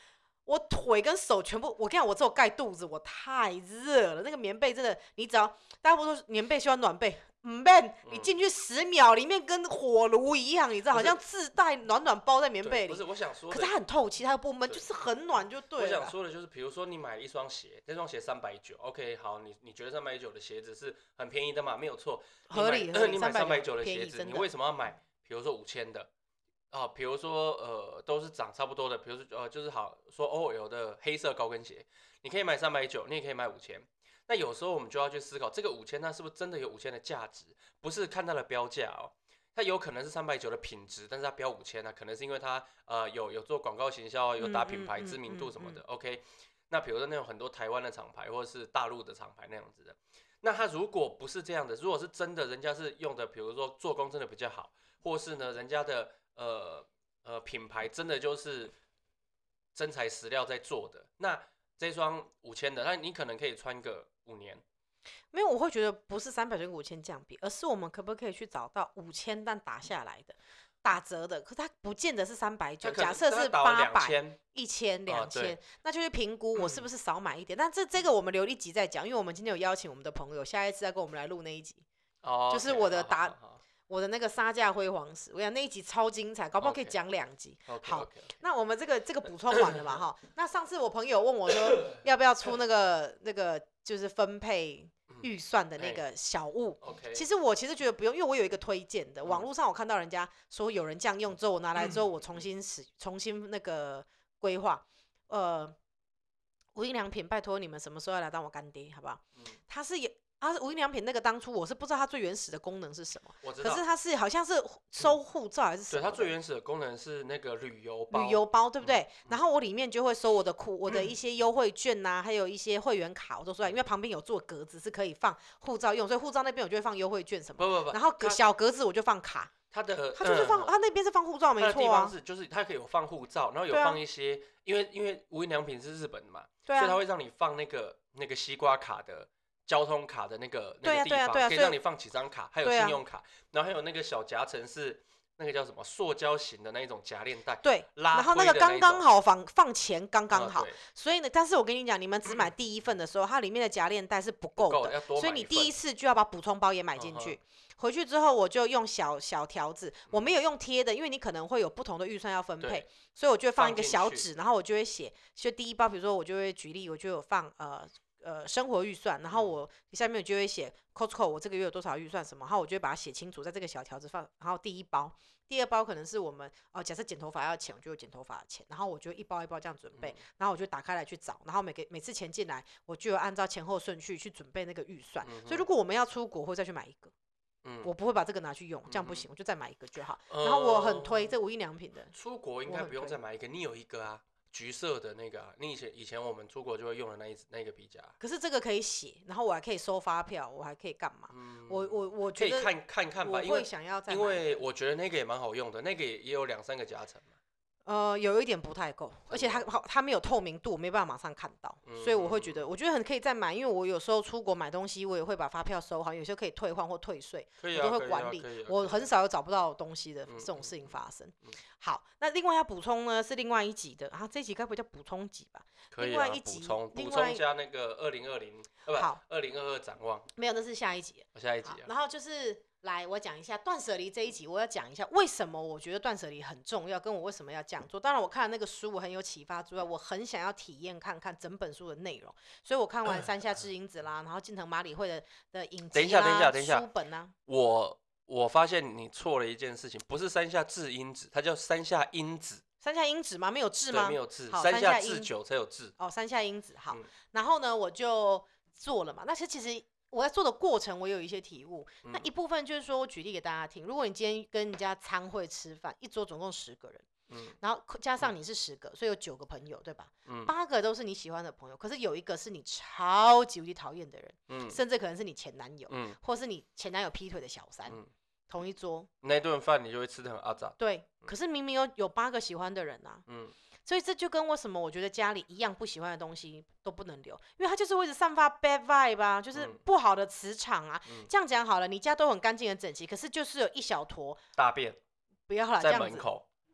我腿跟手全部，我跟你讲，我只有盖肚子，我太热了。那个棉被真的，你只要大家不说棉被喜欢暖被，嗯 man， 你进去十秒，里面跟火炉一样，你知道，好像自带暖暖包在棉被里。 不是，我想说， 可是它很透气，它又不闷，就是很暖就对了。 我想说的就是，比如说你买一双鞋，这双鞋三百九 ，OK， 好，你你觉得三百九的鞋子是很便宜的嘛？没有错， 合理合理。 你买三百九的鞋子，你为什么要买？比如说五千的。啊，比如说呃，都是长差不多的，比如说呃，就是好说 O L 的黑色高跟鞋，你可以买三百九，你也可以买五千。那有时候我们就要去思考，这个五千它是不是真的有五千的价值？不是看它的标价哦，它有可能是三百九的品质，但是它标五千啊，可能是因为它呃有有做广告行销，有打品牌知名度什么的。OK， 那比如说那种很多台湾的厂牌或者是大陆的厂牌那样子的，那它如果不是这样的，如果是真的，人家是用的，比如说做工真的比较好，或是呢人家的呃呃品牌真的就是真材实料在做的，那这双五千的，那你可能可以穿个五年。 没有，我会觉得不是三百跟五千这样比，而是我们可不可以去找到五千但打下来的打折的，可是它不见得是三百九，假设是八百、一千、两千，那就去评估我是不是少买一点。嗯、但这这个我们留一集再讲，因为我们今天有邀请我们的朋友，下一次再跟我们来录那一集， 哦、 就是我的打。 好好好好我的那个杀价辉煌史，我想那一集超精彩，搞不好可以讲两集。 Okay, 好 okay, okay. 那我们这个这个补充完了嘛？哈，那上次我朋友问我说，要不要出那个那个就是分配预算的那个小物？ 嗯 okay. 其实我其实觉得不用，因为我有一个推荐的，网络上我看到人家说有人这样用之后，我拿来之后我重新使重新那个规划。呃，无印良品，拜托你们什么时候要来当我干爹，好不好？嗯、他是有。啊，无印良品那个当初我是不知道它最原始的功能是什么， 我知道， 可是它是好像是收护照还是什么？ 对，它最原始的功能是那个旅游包， 旅游包对不对？嗯嗯、然后我里面就会收我的库，我的一些优惠券呐、啊，还有一些会员卡我都出来，因为旁边有做格子是可以放护照用，所以护照那边我就会放优惠券什么。 不不不， 然后小格子我就放卡。 它的它就是放，它、嗯、那边是放护照没错啊。 它的地方是就是它可以有放护照，然后有放一些，啊、因为因为无印良品是日本的嘛， 对啊、 所以它会让你放那个那个西瓜卡的。交通卡的那个那个地方， 对啊对啊、 可以让你放几张卡，还有信用卡，然后还有那个小夹层是那个叫什么塑胶型的那一种夹链袋， 对， 然后那个刚刚好放放钱刚刚好， 嗯、 所以呢，但是我跟你讲，你们只买第一份的时候，它里面的夹链袋是不够的， 够要多所以你第一次就要把补充包也买进去。嗯、回去之后我就用小小条子，我没有用贴的，因为你可能会有不同的预算要分配，所以我就会放一个小纸，然后我就会写，就第一包，比如说我就会举例，我就有放呃。呃，生活预算，然后我下面就会写 Costco 我这个月有多少预算什么，然后我就会把它写清楚在这个小条子放，然后第一包，第二包可能是我们哦、呃，假设剪头发要钱，我就有剪头发的钱，然后我就一包一包这样准备，然后我就打开来去找，然后每个每次钱进来，我就有按照前后顺序去准备那个预算，嗯、所以如果我们要出国，会再去买一个。嗯、我不会把这个拿去用，这样不行，我就再买一个就好。呃、然后我很推这无印良品的。 出国应该不用再买一个，你有一个啊。橘色的那个、啊，你以前以前我们出国就会用的那一那个笔夹， 可是这个可以写，然后我还可以收发票，我还可以干嘛？嗯、我我我觉得可以看看看吧， 我会想要再买， 因为我觉得那个也蛮好用的，那个也也有两三个夹层嘛。 呃，有一点不太够，而且它它没有透明度，我没办法马上看到，嗯、所以我会觉得，我觉得很可以再买，因为我有时候出国买东西，我也会把发票收好，有些可以退换或退税， 啊、 我都会管理， 啊啊、 我很少有找不到东西的这种事情发生。嗯嗯、好，那另外要补充呢是另外一集的，啊，这一集该不会叫补充集吧？ 可以啊， 另外一集补充补充加那个二零二零，呃不， 二零二二展望， 没有，那是下一集， 哦、下一集、啊， 然后就是。来，我讲一下断舍离这一集，我要讲一下为什么我觉得断舍离很重要，跟我为什么要这样做。当然，我看了那个书，我很有启发之外，我很想要体验看看整本书的内容，所以我看完山下智英子啦，然后近藤麻里惠的的影集啦， 等一下，等一下，等一下， 书本啊， 我我发现你错了一件事情，不是山下智英子，它叫山下英子。 山下英子吗？没有字吗？ 对，没有字。 好， 山下智久才有字。 哦，山下英子好。 嗯、 然后呢，我就做了嘛。那其实我在做的过程，我有一些体悟。嗯、那一部分就是说，我举例给大家听。如果你今天跟人家餐会吃饭，一桌总共十个人，嗯、然后加上你是十个，嗯、所以有九个朋友，对吧？嗯、八个都是你喜欢的朋友，可是有一个是你超级无敌讨厌的人，嗯、甚至可能是你前男友，嗯、或是你前男友劈腿的小三。嗯、同一桌， 那顿饭你就会吃得很阿杂。 对，可是明明有有八个喜欢的人啊。嗯所以这就跟为什么我觉得家里一样不喜欢的东西都不能留，因为它就是会一直散发 bad vibe 啊，就是不好的磁场啊。嗯、这样讲好了，你家都很干净很整齐，可是就是有一小坨大便， 不要了， 在门口，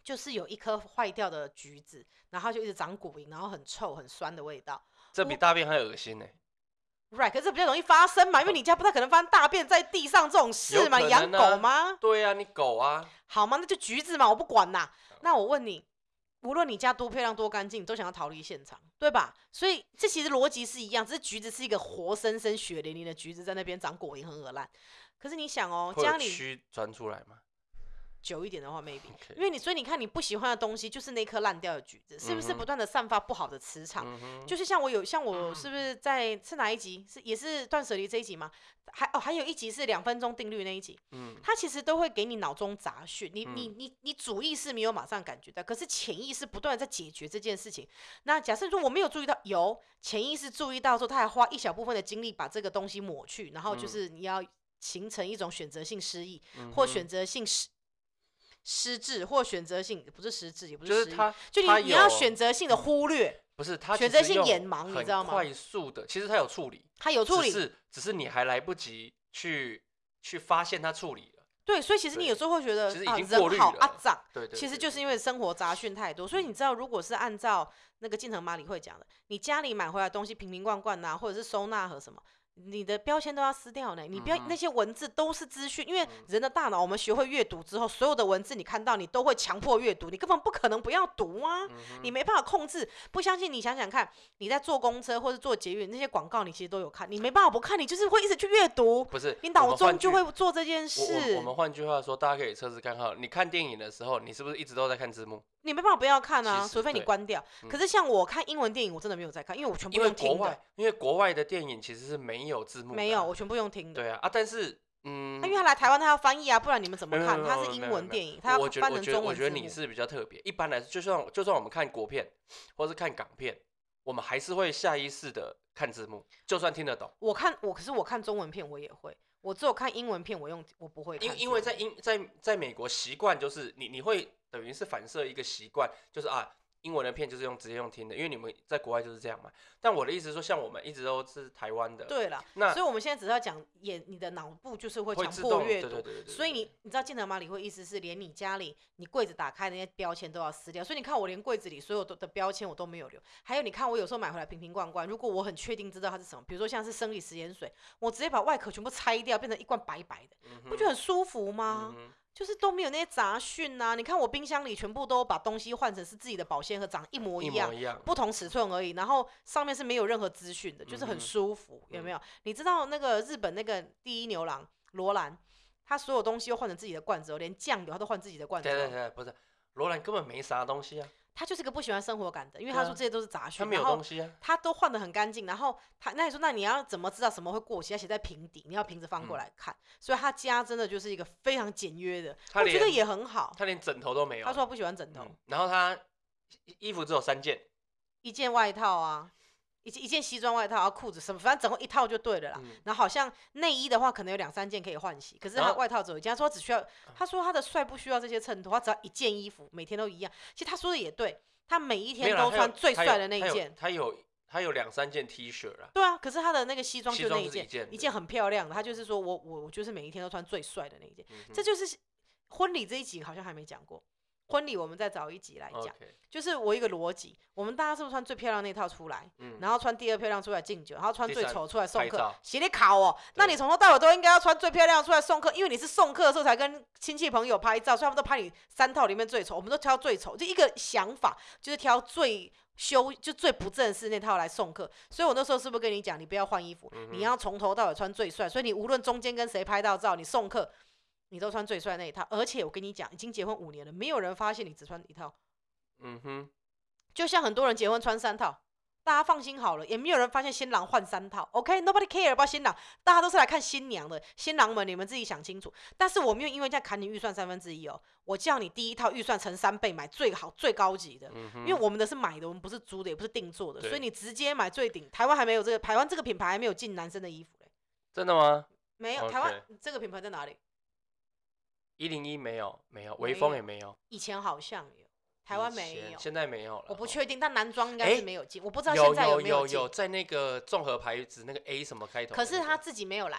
就是有一颗坏掉的橘子，然后就一直长果蝇，然后很臭很酸的味道。 这比大便还恶心呢、欸。 Right， 可是这比较容易发生嘛，因为你家不太可能发生大便在地上这种事嘛。 啊、 你养狗吗？ 对啊，你狗啊。 好吗？那就橘子嘛，我不管啦。那我问你，无论你家多漂亮多干净，你都想要逃离现场，对吧？所以这其实逻辑是一样，只是橘子是一个活生生血淋淋的橘子在那边长果蝇很恶烂。可是你想哦，家里蛆钻出来吗？ 久一点的话 maybe， okay. 因为你所以你看你不喜欢的东西就是那颗烂掉的橘子，是不是不断的散发不好的磁场？ 嗯、 就是像我有像我是不是在是哪一集是也是断舍离这一集吗？还哦还有一集是两分钟定律那一集，嗯，它其实都会给你脑中杂讯，你、嗯、你你你主意识没有马上感觉到，可是潜意识不断的在解决这件事情。那假设说我没有注意到，有潜意识注意到之后，他还花一小部分的精力把这个东西抹去，然后就是你要形成一种选择性失忆、嗯、或选择性失。失智或选择性不是失智，也不是失忆， 就是他， 就你你要选择性的忽略， 不是他选择性眼盲，你知道吗？ 快速的，其实他有处理， 他有处理， 只是只是你还来不及去去发现他处理了。 对，所以其实你有时候会觉得其实已经过滤了啊，人好阿脏， 对对对， 其实就是因为生活杂讯太多。所以你知道，如果是按照那个近藤麻里会讲的，你家里买回来的东西瓶瓶罐罐呐、啊，或者是收纳盒什么。你的标签都要撕掉呢，你不要、嗯、那些文字都是资讯，因为人的大脑，我们学会阅读之后，所有的文字你看到，你都会强迫阅读，你根本不可能不要读啊，嗯、你没办法控制。不相信你想想看，你在坐公车或者坐捷运，那些广告你其实都有看，你没办法不看，你就是会一直去阅读。 不是， 你脑中就会做这件事。 我们换句话说，大家可以测试看看，你看电影的时候，你是不是一直都在看字幕？ 你没办法不要看啊，除非你关掉、嗯。可是像我看英文电影，我真的没有在看，因为我全部用听的。 因为国外，因为国外的电影其实是没有字幕的、啊， 没有，我全部用听的。 对啊，啊，但是，嗯， 因为他来台湾，他要翻译啊，不然你们怎么看？他是英文电影，他要翻成中文字幕。 我觉得你是比较特别。一般来说，就算就算我们看国片或是看港片，我们还是会下意识的看字幕，就算听得懂。 我看我，可是我看中文片我也会。我只有看英文片，我用我不会看。 因因为在英在在美国习惯就是你你会等于是反射一个习惯，就是啊英文的片就是用直接用听的，因为你们在国外就是这样嘛。但我的意思是说，像我们一直都是台湾的， 对啦， 那所以我们现在只是要讲眼，你的脑部就是会强迫阅读，所以你你知道近藤麻里会意思是连你家里你柜子打开的那些标签都要撕掉，所以你看我连柜子里所有的标签我都没有留。还有你看我有时候买回来瓶瓶罐罐，如果我很确定知道它是什么，比如说像是生理食盐水，我直接把外壳全部拆掉，变成一罐白白的，嗯、不觉得很舒服吗？嗯就是都没有那些杂讯啊！你看我冰箱里全部都把东西换成是自己的保鲜盒，长一模一样， 一模一样不同尺寸而已。然后上面是没有任何资讯的，就是很舒服，嗯、有没有？你知道那个日本那个第一牛郎罗兰，他所有东西都换成自己的罐子，连酱油他都换自己的罐子。 对对对，不是罗兰根本没啥东西啊。 他就是个不喜欢生活感的，因为他说这些都是杂讯， 他没有东西啊， 他都换得很干净。然后他那你说，那你要怎么知道什么会过期？要写在瓶底，你要瓶子翻过来看。嗯、所以他家真的就是一个非常简约的，我觉得也很好。 他连枕头都没有。 他说他不喜欢枕头， 嗯、然后他衣服只有三件， 一件外套啊。一一件西装外套，然后裤子什么，反正整个一套就对了啦。嗯、然后好像内衣的话，可能有两三件可以换洗，可是他外套只有一件。他说只需要，他说他的帅不需要这些衬托，他只要一件衣服，每天都一样。其实他说的也对，他每一天都穿最帅的那一件。 他有他有两三件 T 恤啊。 对啊，可是他的那个西装就那一件， 一件, 一件很漂亮的。他就是说我我我就是每一天都穿最帅的那一件。嗯、这就是婚礼这一集好像还没讲过。婚礼我们再找一集来讲， okay. 就是我一个逻辑，我们大家是不是穿最漂亮那套出来，嗯、然后穿第二漂亮出来敬酒，然后穿最丑出来送客，写你考哦，那你从头到尾都应该要穿最漂亮出来送客，因为你是送客的时候才跟亲戚朋友拍照，所以他们都拍你三套里面最丑，我们都挑最丑，就一个想法，就是挑最修就最不正式那套来送客。所以我那时候是不是跟你讲，你不要换衣服，嗯、你要从头到尾穿最帅，所以你无论中间跟谁拍到照，你送客。你都穿最帅那一套，而且我跟你讲，已经结婚五年了，没有人发现你只穿一套。 嗯哼， 就像很多人结婚穿三套，大家放心好了，也没有人发现新郎换三套。OK，nobody care about 新郎，大家都是来看新娘的。新郎们，你们自己想清楚。但是我没有因为这样砍你预算三分之一哦，我叫你第一套预算乘三倍买最好最高级的，嗯、因为我们的是买的，我们不是租的，也不是定做的，所以你直接买最顶。台湾还没有这个，台湾这个品牌还没有进男生的衣服嘞。 真的吗？ 没有， okay. 台湾这个品牌在哪里？ 一零一没有，没有，微风也没有。 以前好像有，台湾没有， 现在没有了。 我不确定，但男装应该是没有进，我不知道现在有没有进。 有有有，在那个综合牌子那个 A 什么开头。 可是他自己没有来啊。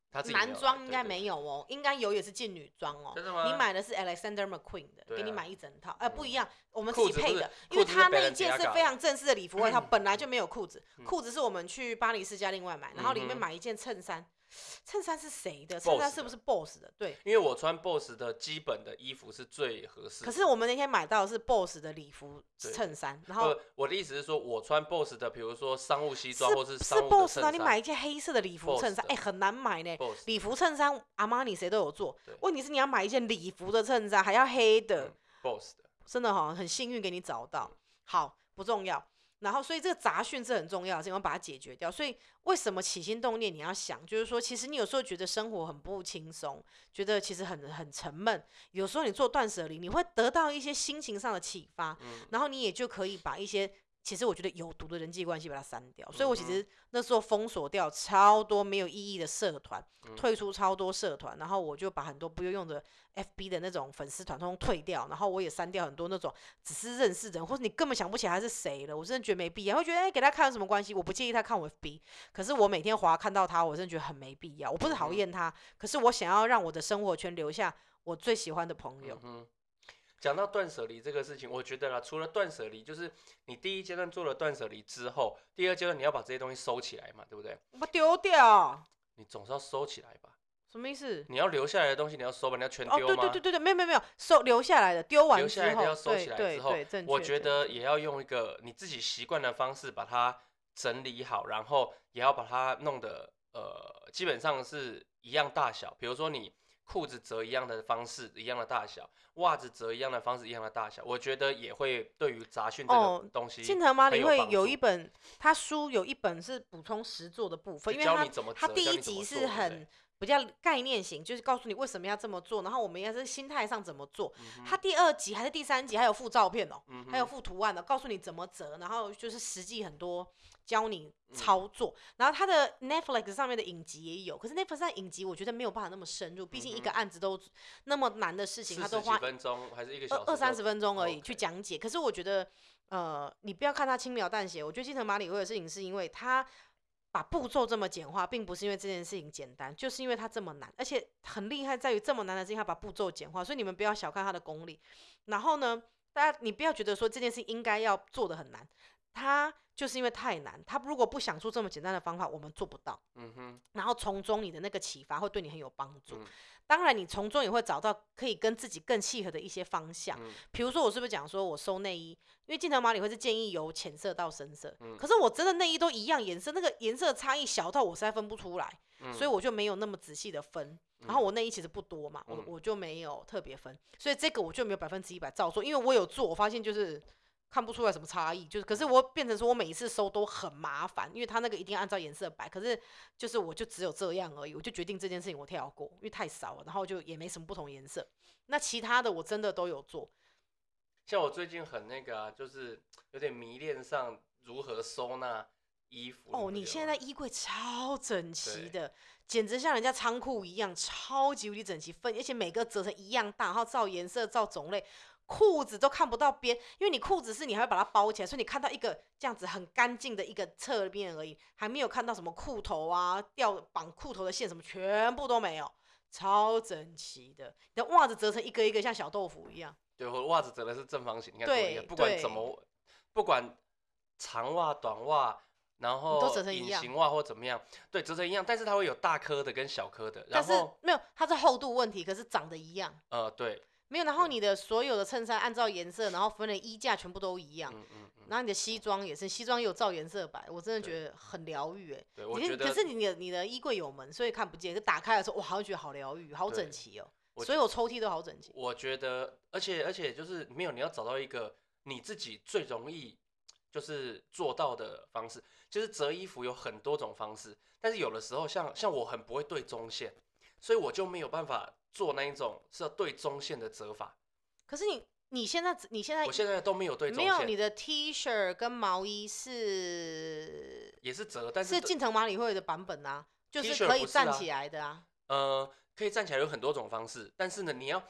他自己没有男装应该对对没有哦，应该有也是进女装哦。 真的吗？ 你买的是 Alexander McQueen 的， 对啊给你买一整套，哎、不一样，我们自裤子不是己配的，因裤子是为他那一件 Balenciaga 是非常正式的礼服外套，本来就没有裤子， 嗯裤子是我们去巴黎世家另外买，然后里面嗯哼买一件衬衫，衬衫是谁的？衬衫 Boss 是不是 Boss 的？对。 因为我穿 Boss 的基本的衣服是最合适的。 可是我们那天买到的是 Boss 的礼服对衬衫，然后呃，我的意思是说，我穿 Boss 的，比如说商务西是装或是是商务的 Boss 啊， 衬衫。 你买一件黑色的礼服 Boss 衬衫， 的哎、很难买呢。 Boss 礼服衬衫阿玛尼谁都有做对， 问题是你要买一件礼服的衬衫，还要黑的， 嗯 Boss 的， 真的哈、很幸运给你找到。好，不重要。然后，所以这个杂讯是很重要的，是因为把它解决掉。所以为什么起心动念你要想，就是说，其实你有时候觉得生活很不轻松，觉得其实很很沉闷，有时候你做断舍离，你会得到一些心情上的启发， 嗯然后你也就可以把一些其实我觉得有毒的人际关系把它删掉。所以我其嗯实那时候封锁掉超多没有意义的社团， 嗯退出超多社团，然后我就把很多不用用的 F B 的那种粉丝团通通退掉，然后我也删掉很多那种只是认识人，或者你根本想不起来他是谁了，我真的觉得没必要。会觉得哎、欸给他看有什么关系？我不介意他看我 F B， 可是我每天滑看到他，我真的觉得很没必要。我不是讨厌他，可是我想要让我的生活圈留下我最喜欢的朋友。 嗯讲到断舍离这个事情，我觉得啦，除了断舍离，就是你第一阶段做了断舍离之后，第二阶段你要把这些东西收起来嘛，对不对？ 我把它丢掉， 你总是要收起来吧？ 什么意思？ 你要留下来的东西你要收吧，你要全哦， 丢吗？ 对对对对对，没有没有没有，收留下来的，丢完之后， 留下来的要收对起来之后对对，正确我觉正确得也要用一个你自己习惯的方式把它整理好，然后也要把它弄得呃基本上是一样大小，比如说你裤子折一样的方式，一样的大小，袜子折一样的方式，一样的大小，我觉得也会对于杂讯这哦个东西近藤麻里会很有帮助有一本，他书有一本是补充实作的部分，因为他就教你怎么他第一折教你怎么集做对不对是很比较概念型，就是告诉你为什么要这么做，然后我们要在心态上怎么做。他第二集还是第三集还有附照片哦， 嗯哼还有附图案的，告诉你怎么折，然后就是实际很多教你嗯操作。然后他的 Netflix 上面的影集也有，可是 Netflix 上的影集我觉得没有办法那么深入，毕竟一个案子都那么难的事情，他四十几都花分钟还是一个小时二二三十分钟而已 OK 去讲解。可是我觉得，呃，你不要看他轻描淡写。我觉得近藤麻里惠的事情是因为他把步骤这么简化，并不是因为这件事情简单，就是因为它这么难，而且很厉害在于这么难的事情，他把步骤简化。所以你们不要小看他的功力。然后呢，大家你不要觉得说这件事情应该要做的很难，他就是因为太难，他如果不想出这么简单的方法，我们做不到。 嗯哼， 然后从中你的那个启发会对你很有帮助。 嗯当然，你从中也会找到可以跟自己更契合的一些方向。 嗯比如说，我是不是讲说我收内衣，因为近藤麻里会是建议由浅色到深色， 嗯可是我真的内衣都一样颜色，那个颜色差异小到我实在分不出来， 嗯所以我就没有那么仔细的分。然后我内衣其实不多嘛， 嗯我我就没有特别分，所以这个我就没有百分之一百照做，因为我有做，我发现就是看不出来什么差异，就是可是我变成说我每一次收都很麻烦，因为他那个一定要按照颜色摆，可是就是我就只有这样而已，我就决定这件事情我跳过，因为太少了，然后就也没什么不同颜色。那其他的我真的都有做。 像我最近很那个啊，就是有点迷恋上如何收纳衣服。 哦，你有现在衣柜超整齐的，简直像人家仓库一样，超级无敌整齐，分，而且每个折成一样大，然后照颜色、照种类，裤子都看不到边，因为你裤子是你还会把它包起来，所以你看到一个这样子很干净的一个侧面而已，还没有看到什么裤头啊、吊绑裤头的线什么，全部都没有，超整齐的。你的袜子折成一个一个像小豆腐一样。 对，我袜子折的是正方形，你看对多厉害，不管对怎么，不管长袜、短袜，然都后折成一样隐形袜或怎么样，对，折成一样，但是它会有大颗的跟小颗的， 但是然后没有，它是厚度问题，可是长得一样。 呃，对， 没有，然后你的所有的衬衫按照颜色，然后分的衣架全部都一样。 嗯嗯嗯， 然后你的西装也是，西装也有照颜色摆，我真的觉得很疗愈哎。 对，我觉得可是你的你的衣柜有门，所以看不见。可打开的时候，哇，好像觉得好疗愈，好整齐哦。 我所有抽屉都好整齐。 我觉得，而且而且就是没有，你要找到一个你自己最容易就是做到的方式。就是折衣服有很多种方式，但是有的时候像像我很不会对中线，所以我就没有办法做那一种是要对中线的折法。 可是你你现在你现在我现在都没有对中没线， 有你的 T 恤跟毛衣是也是折，但是是近藤麻里惠的版本啊，就 T 是恤不是啊可以站起来的啊。 呃可以站起来有很多种方式，但是呢，你要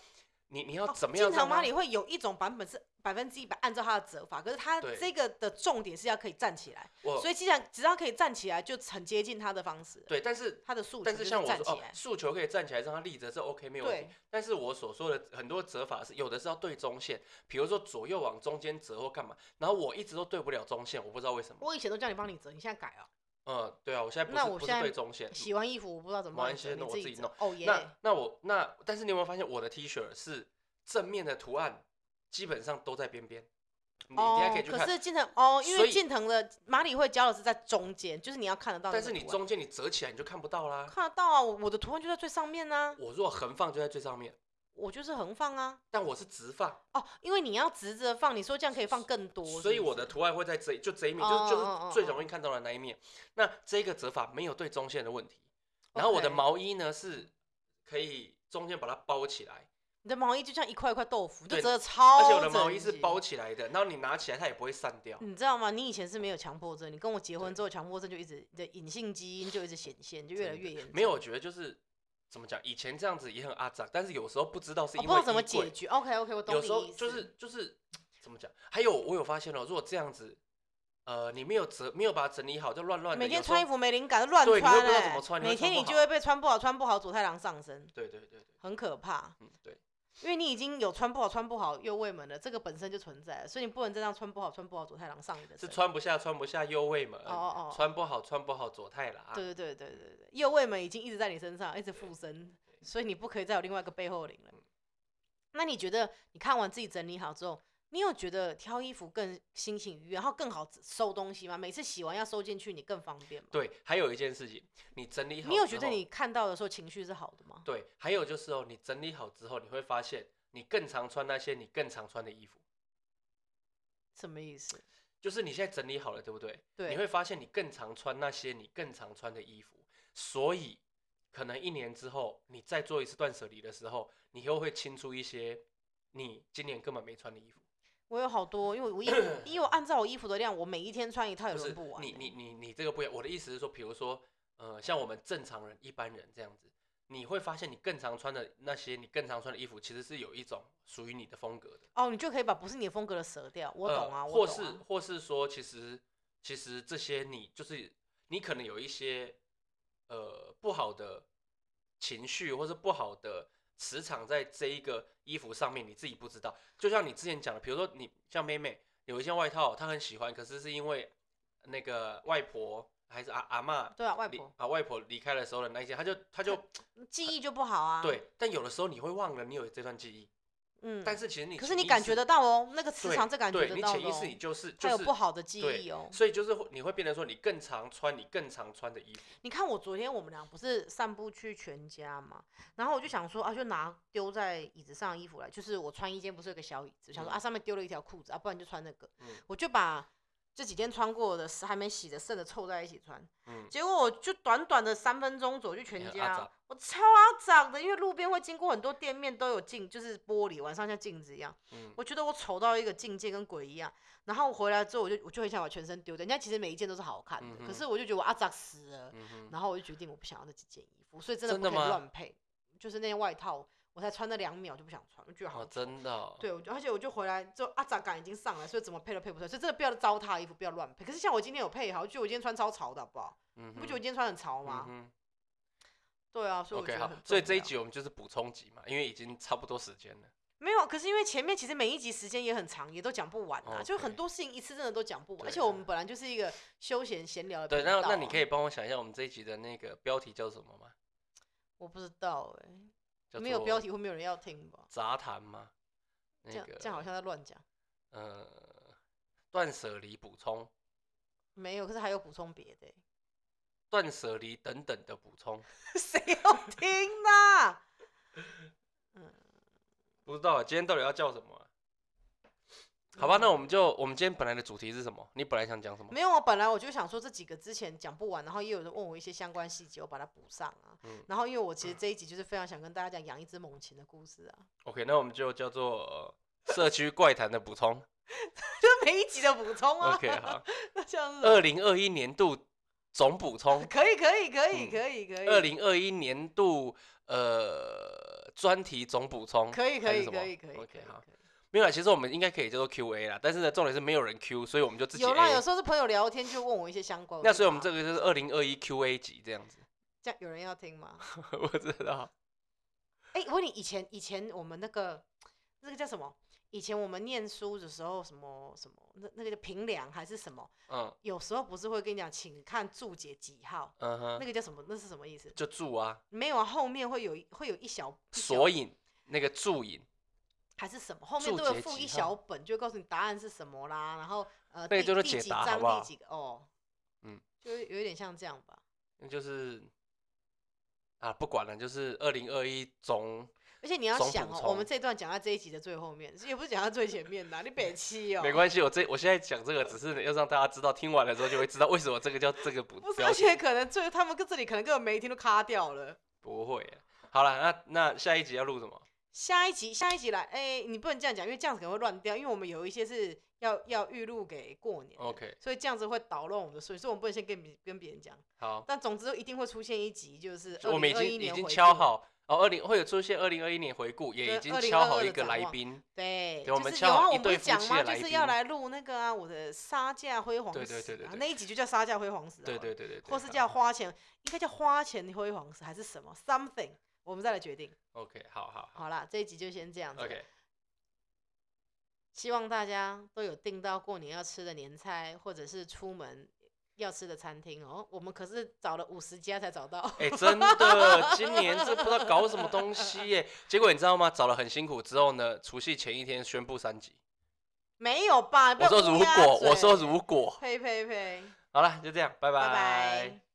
你你要怎么样？ 进藤马里会有一种版本是百分之一百按照它的折法，可是它这个的重点是要可以站起来，所以既然只要可以站起来，就很接近它的方式。 对，但是它的诉求但是像我说哦， 诉求可以站起来让它立着是 OK 没有问题。但是我所说的很多折法是有的是要对中线，比如说左右往中间折或干嘛，然后我一直都对不了中线，我不知道为什么。 我以前都叫你帮你折，你现在改啊？ 嗯，对啊，我现在不是不是对中线。 洗完衣服我不知道怎么帮你折， 那我自己弄。 哦耶。 那那我那但是你有没有发现我的 T 恤是正面的图案基本上都在边边？你等下可以去看。 可是近藤哦，因为近藤的马里会教的是在中间，就是你要看得到。 但是你中间你折起来你就看不到啦。 看得到啊，我的图案就在最上面啊。 我如果横放就在最上面。 我就是横放啊， 但我是直放哦，因为你要直着放，你说这样可以放更多， 所以我的图案会在这就这一面，哦、就就是最容易看到的那一面。哦、那这个折法没有对中线的问题，然后我的毛衣呢是可以中间把它包起来。 你的毛衣就像一块一块豆腐，就折得超， 而且我的毛衣是包起来的，然后你拿起来它也不会散掉。 你知道吗？你以前是没有强迫症，你跟我结婚之后，强迫症就一直你的隐性基因就一直显现，就越来越严重。 没有，我觉得就是。怎么讲？以前这样子也很阿杂，但是有时候不知道是因为、哦、 不知道怎么解决。OK OK， 我懂你意思。 有时候就是就是怎么讲？还有我有发现哦，如果这样子，呃，你没有折，没有把它整理好，就乱乱的。 每天穿衣服没灵感，乱穿、欸。 对，你会不知道怎么穿。 每天你就会被穿不好，穿不好，左太郎上身。 对对对对。 很可怕。 嗯，对。 因为你已经有穿不好、穿不好右卫门了，这个本身就存在了，所以你不能这样穿不好、穿不好左太郎上你的身。 是穿不下、穿不下右卫门。 哦哦哦。 穿不好、穿不好左太郎。 对对对对对对，右卫门已经一直在你身上，一直附身。所以你不可以再有另外一个背后领了。那你觉得你看完自己整理好之后，你有觉得挑衣服更心情愉悦，然后更好收东西吗？每次洗完要收进去，你更方便吗？ 对，还有一件事情，你整理好， 你有觉得你看到的时候情绪是好的吗？ 对，还有就是哦，你整理好之后，你会发现你更常穿那些你更常穿的衣服。 什么意思？ 就是你现在整理好了，对不对？ 对。 你会发现你更常穿那些你更常穿的衣服，所以。可能一年之后，你再做一次断舍离的时候，你又会清出一些你今年根本没穿的衣服。 我有好多，因为我衣服，因为我按照我衣服的量，我每一天穿一套也轮不完。 你你你你这个不一样，我的意思是说，比如说，呃，像我们正常人、一般人这样子，你会发现你更常穿的那些，你更常穿的衣服，其实是有一种属于你的风格的。 哦，你就可以把不是你的风格的舍掉。我懂啊， 呃、 我懂啊。或是或是说，其实其实这些你就是你可能有一些。呃，不好的情绪或是不好的磁场在这一个衣服上面，你自己不知道。就像你之前讲的，比如说你像妹妹有一件外套，她很喜欢，可是是因为那个外婆还是阿阿嬷， 对啊，外婆啊外婆离开的时候的那一件，她就她就记忆就不好啊。 对，但有的时候你会忘了你有这段记忆。嗯，但是其实你可是你感觉得到哦，那个磁场这感觉得到、哦、 对，你潜意识里就是、就是、 它有不好的记忆哦， 所以就是你会变成说你更常穿你更常穿的衣服。 你看我昨天我们俩不是散步去全家嘛，然后我就想说啊，就拿丢在椅子上的衣服来，就是我穿衣间不是有个小椅子，想说啊上面丢了一条裤子啊，不然就穿那个，嗯、我就把这几天穿过的还没洗的剩的凑在一起穿，嗯、结果我就短短的三分钟走去全家。我超阿脏的，因为路边会经过很多店面都有镜，就是玻璃，晚上像镜子一样。嗯、我觉得我丑到一个境界，跟鬼一样。然后回来之后，我就我就很想把全身丢掉。人家其实每一件都是好看的，嗯、可是我就觉得我阿脏死了。嗯、然后我就决定我不想要那几件衣服，所以真的不可以乱配。就是那件外套，我才穿了两秒就不想穿，我觉得好、哦。 真的、哦。 对，而且我就回来之后阿脏感已经上来，所以怎么配都配不出来。所以真的不要糟蹋衣服，不要乱配。可是像我今天有配好，我觉得我今天穿超潮的，好不好？嗯、你不觉得我今天穿很潮吗？嗯对啊，所以我觉得很重要。 Okay, 好，所以这一集我们就是补充集嘛，因为已经差不多时间了。 没有，可是因为前面其实每一集时间也很长，也都讲不完啊， okay, 就很多事情一次真的都讲不完。而且我们本来就是一个休闲闲聊的频道、啊。 对，那那你可以帮我想一下我们这一集的那个标题叫什么吗？ 我不知道哎、欸，没有标题会没有人要听吧？ 杂谈吗？那个、这, 这样好像在乱讲。 呃，断舍离补充。 没有，可是还有补充别的、欸。 断舍离等等的补充， 谁要听呢？ 嗯，不知道今天到底要叫什么、啊？好吧，那我们就我们今天本来的主题是什么？你本来想讲什么？ 没有啊，本来我就想说这几个之前讲不完，然后也有人问我一些相关细节，我把它补上啊。嗯、然后因为我其实这一集就是非常想跟大家讲养一只猛禽的故事啊。 OK， 那我们就叫做、呃、社区怪谈的补充， 就每一集的补充啊。 OK， 好， 那这样子。 二零二一年度。总补充可以可以可以可以可以。 二零二一年度呃专题总补充， 可以可以可以可以 ，OK 好。没有啦，其实我们应该可以叫做 Q A 啦，但是呢，重点是没有人 Q， 所以我们就自己 A。 有啦，有时候是朋友聊天就问我一些相关的。 那所以我们这个就是二零二一 Q A 集这样子。 这样有人要听吗？ 我知道。 哎、欸，我问你，以前以前我们那个那个叫什么？以前我们念书的时候，什么什么那那个叫评量还是什么？嗯。有时候不是会跟你讲，请看注解几号。嗯哼。那个叫什么？那是什么意思？ 就注啊。 没有啊，后面会有会有一小。 索引那个注引。 还是什么？后面都有附一小本，就会告诉你答案是什么啦。然后呃， 那就是解答，好不好？ 第几个哦，嗯，就有一点像这样吧。 那就是啊，不管了，就是二零二一总。 而且你要想哦，我们这段讲到这一集的最后面，也不是讲到最前面的，你北七哦。 没关系，我这我现在讲这个，只是要让大家知道，听完了之后就会知道为什么这个叫这个不。 不是，而且可能最他们跟这里可能根本每一天都卡掉了。 不会、啊，好了，那那下一集要录什么？ 下一集，下一集来，哎、欸，你不能这样讲，因为这样子可能会乱掉，因为我们有一些是要要预录给过年 ，OK， 所以这样子会捣乱我们的，所以所以我们不能先跟跟别人讲。 好， 但总之一定会出现一集，就是我们已经已经敲好，哦，二零会有出现二零二一年回顾，也已经敲好一个来宾， 对， 对，我们敲好一对夫妻的来宾， 我们不是就是要来录那个啊，我的杀价辉煌史， 对对对对对， 那一集就叫杀价辉煌史， 对对对对， 或是叫花钱，应该叫花钱辉煌史还是什么 something。我们再来决定。 OK， 好好好啦，这一集就先这样子。 OK， 希望大家都有订到过年要吃的年菜，或者是出门要吃的餐厅哦。我们可是找了五十家才找到。 哎、欸，真的，今年这不知道搞什么东西耶。结果你知道吗？找了很辛苦之后呢，除夕前一天宣布三级。 没有吧？ 我说如果，我说如果。 呸呸呸！ 好了，就这样，拜拜。 拜拜。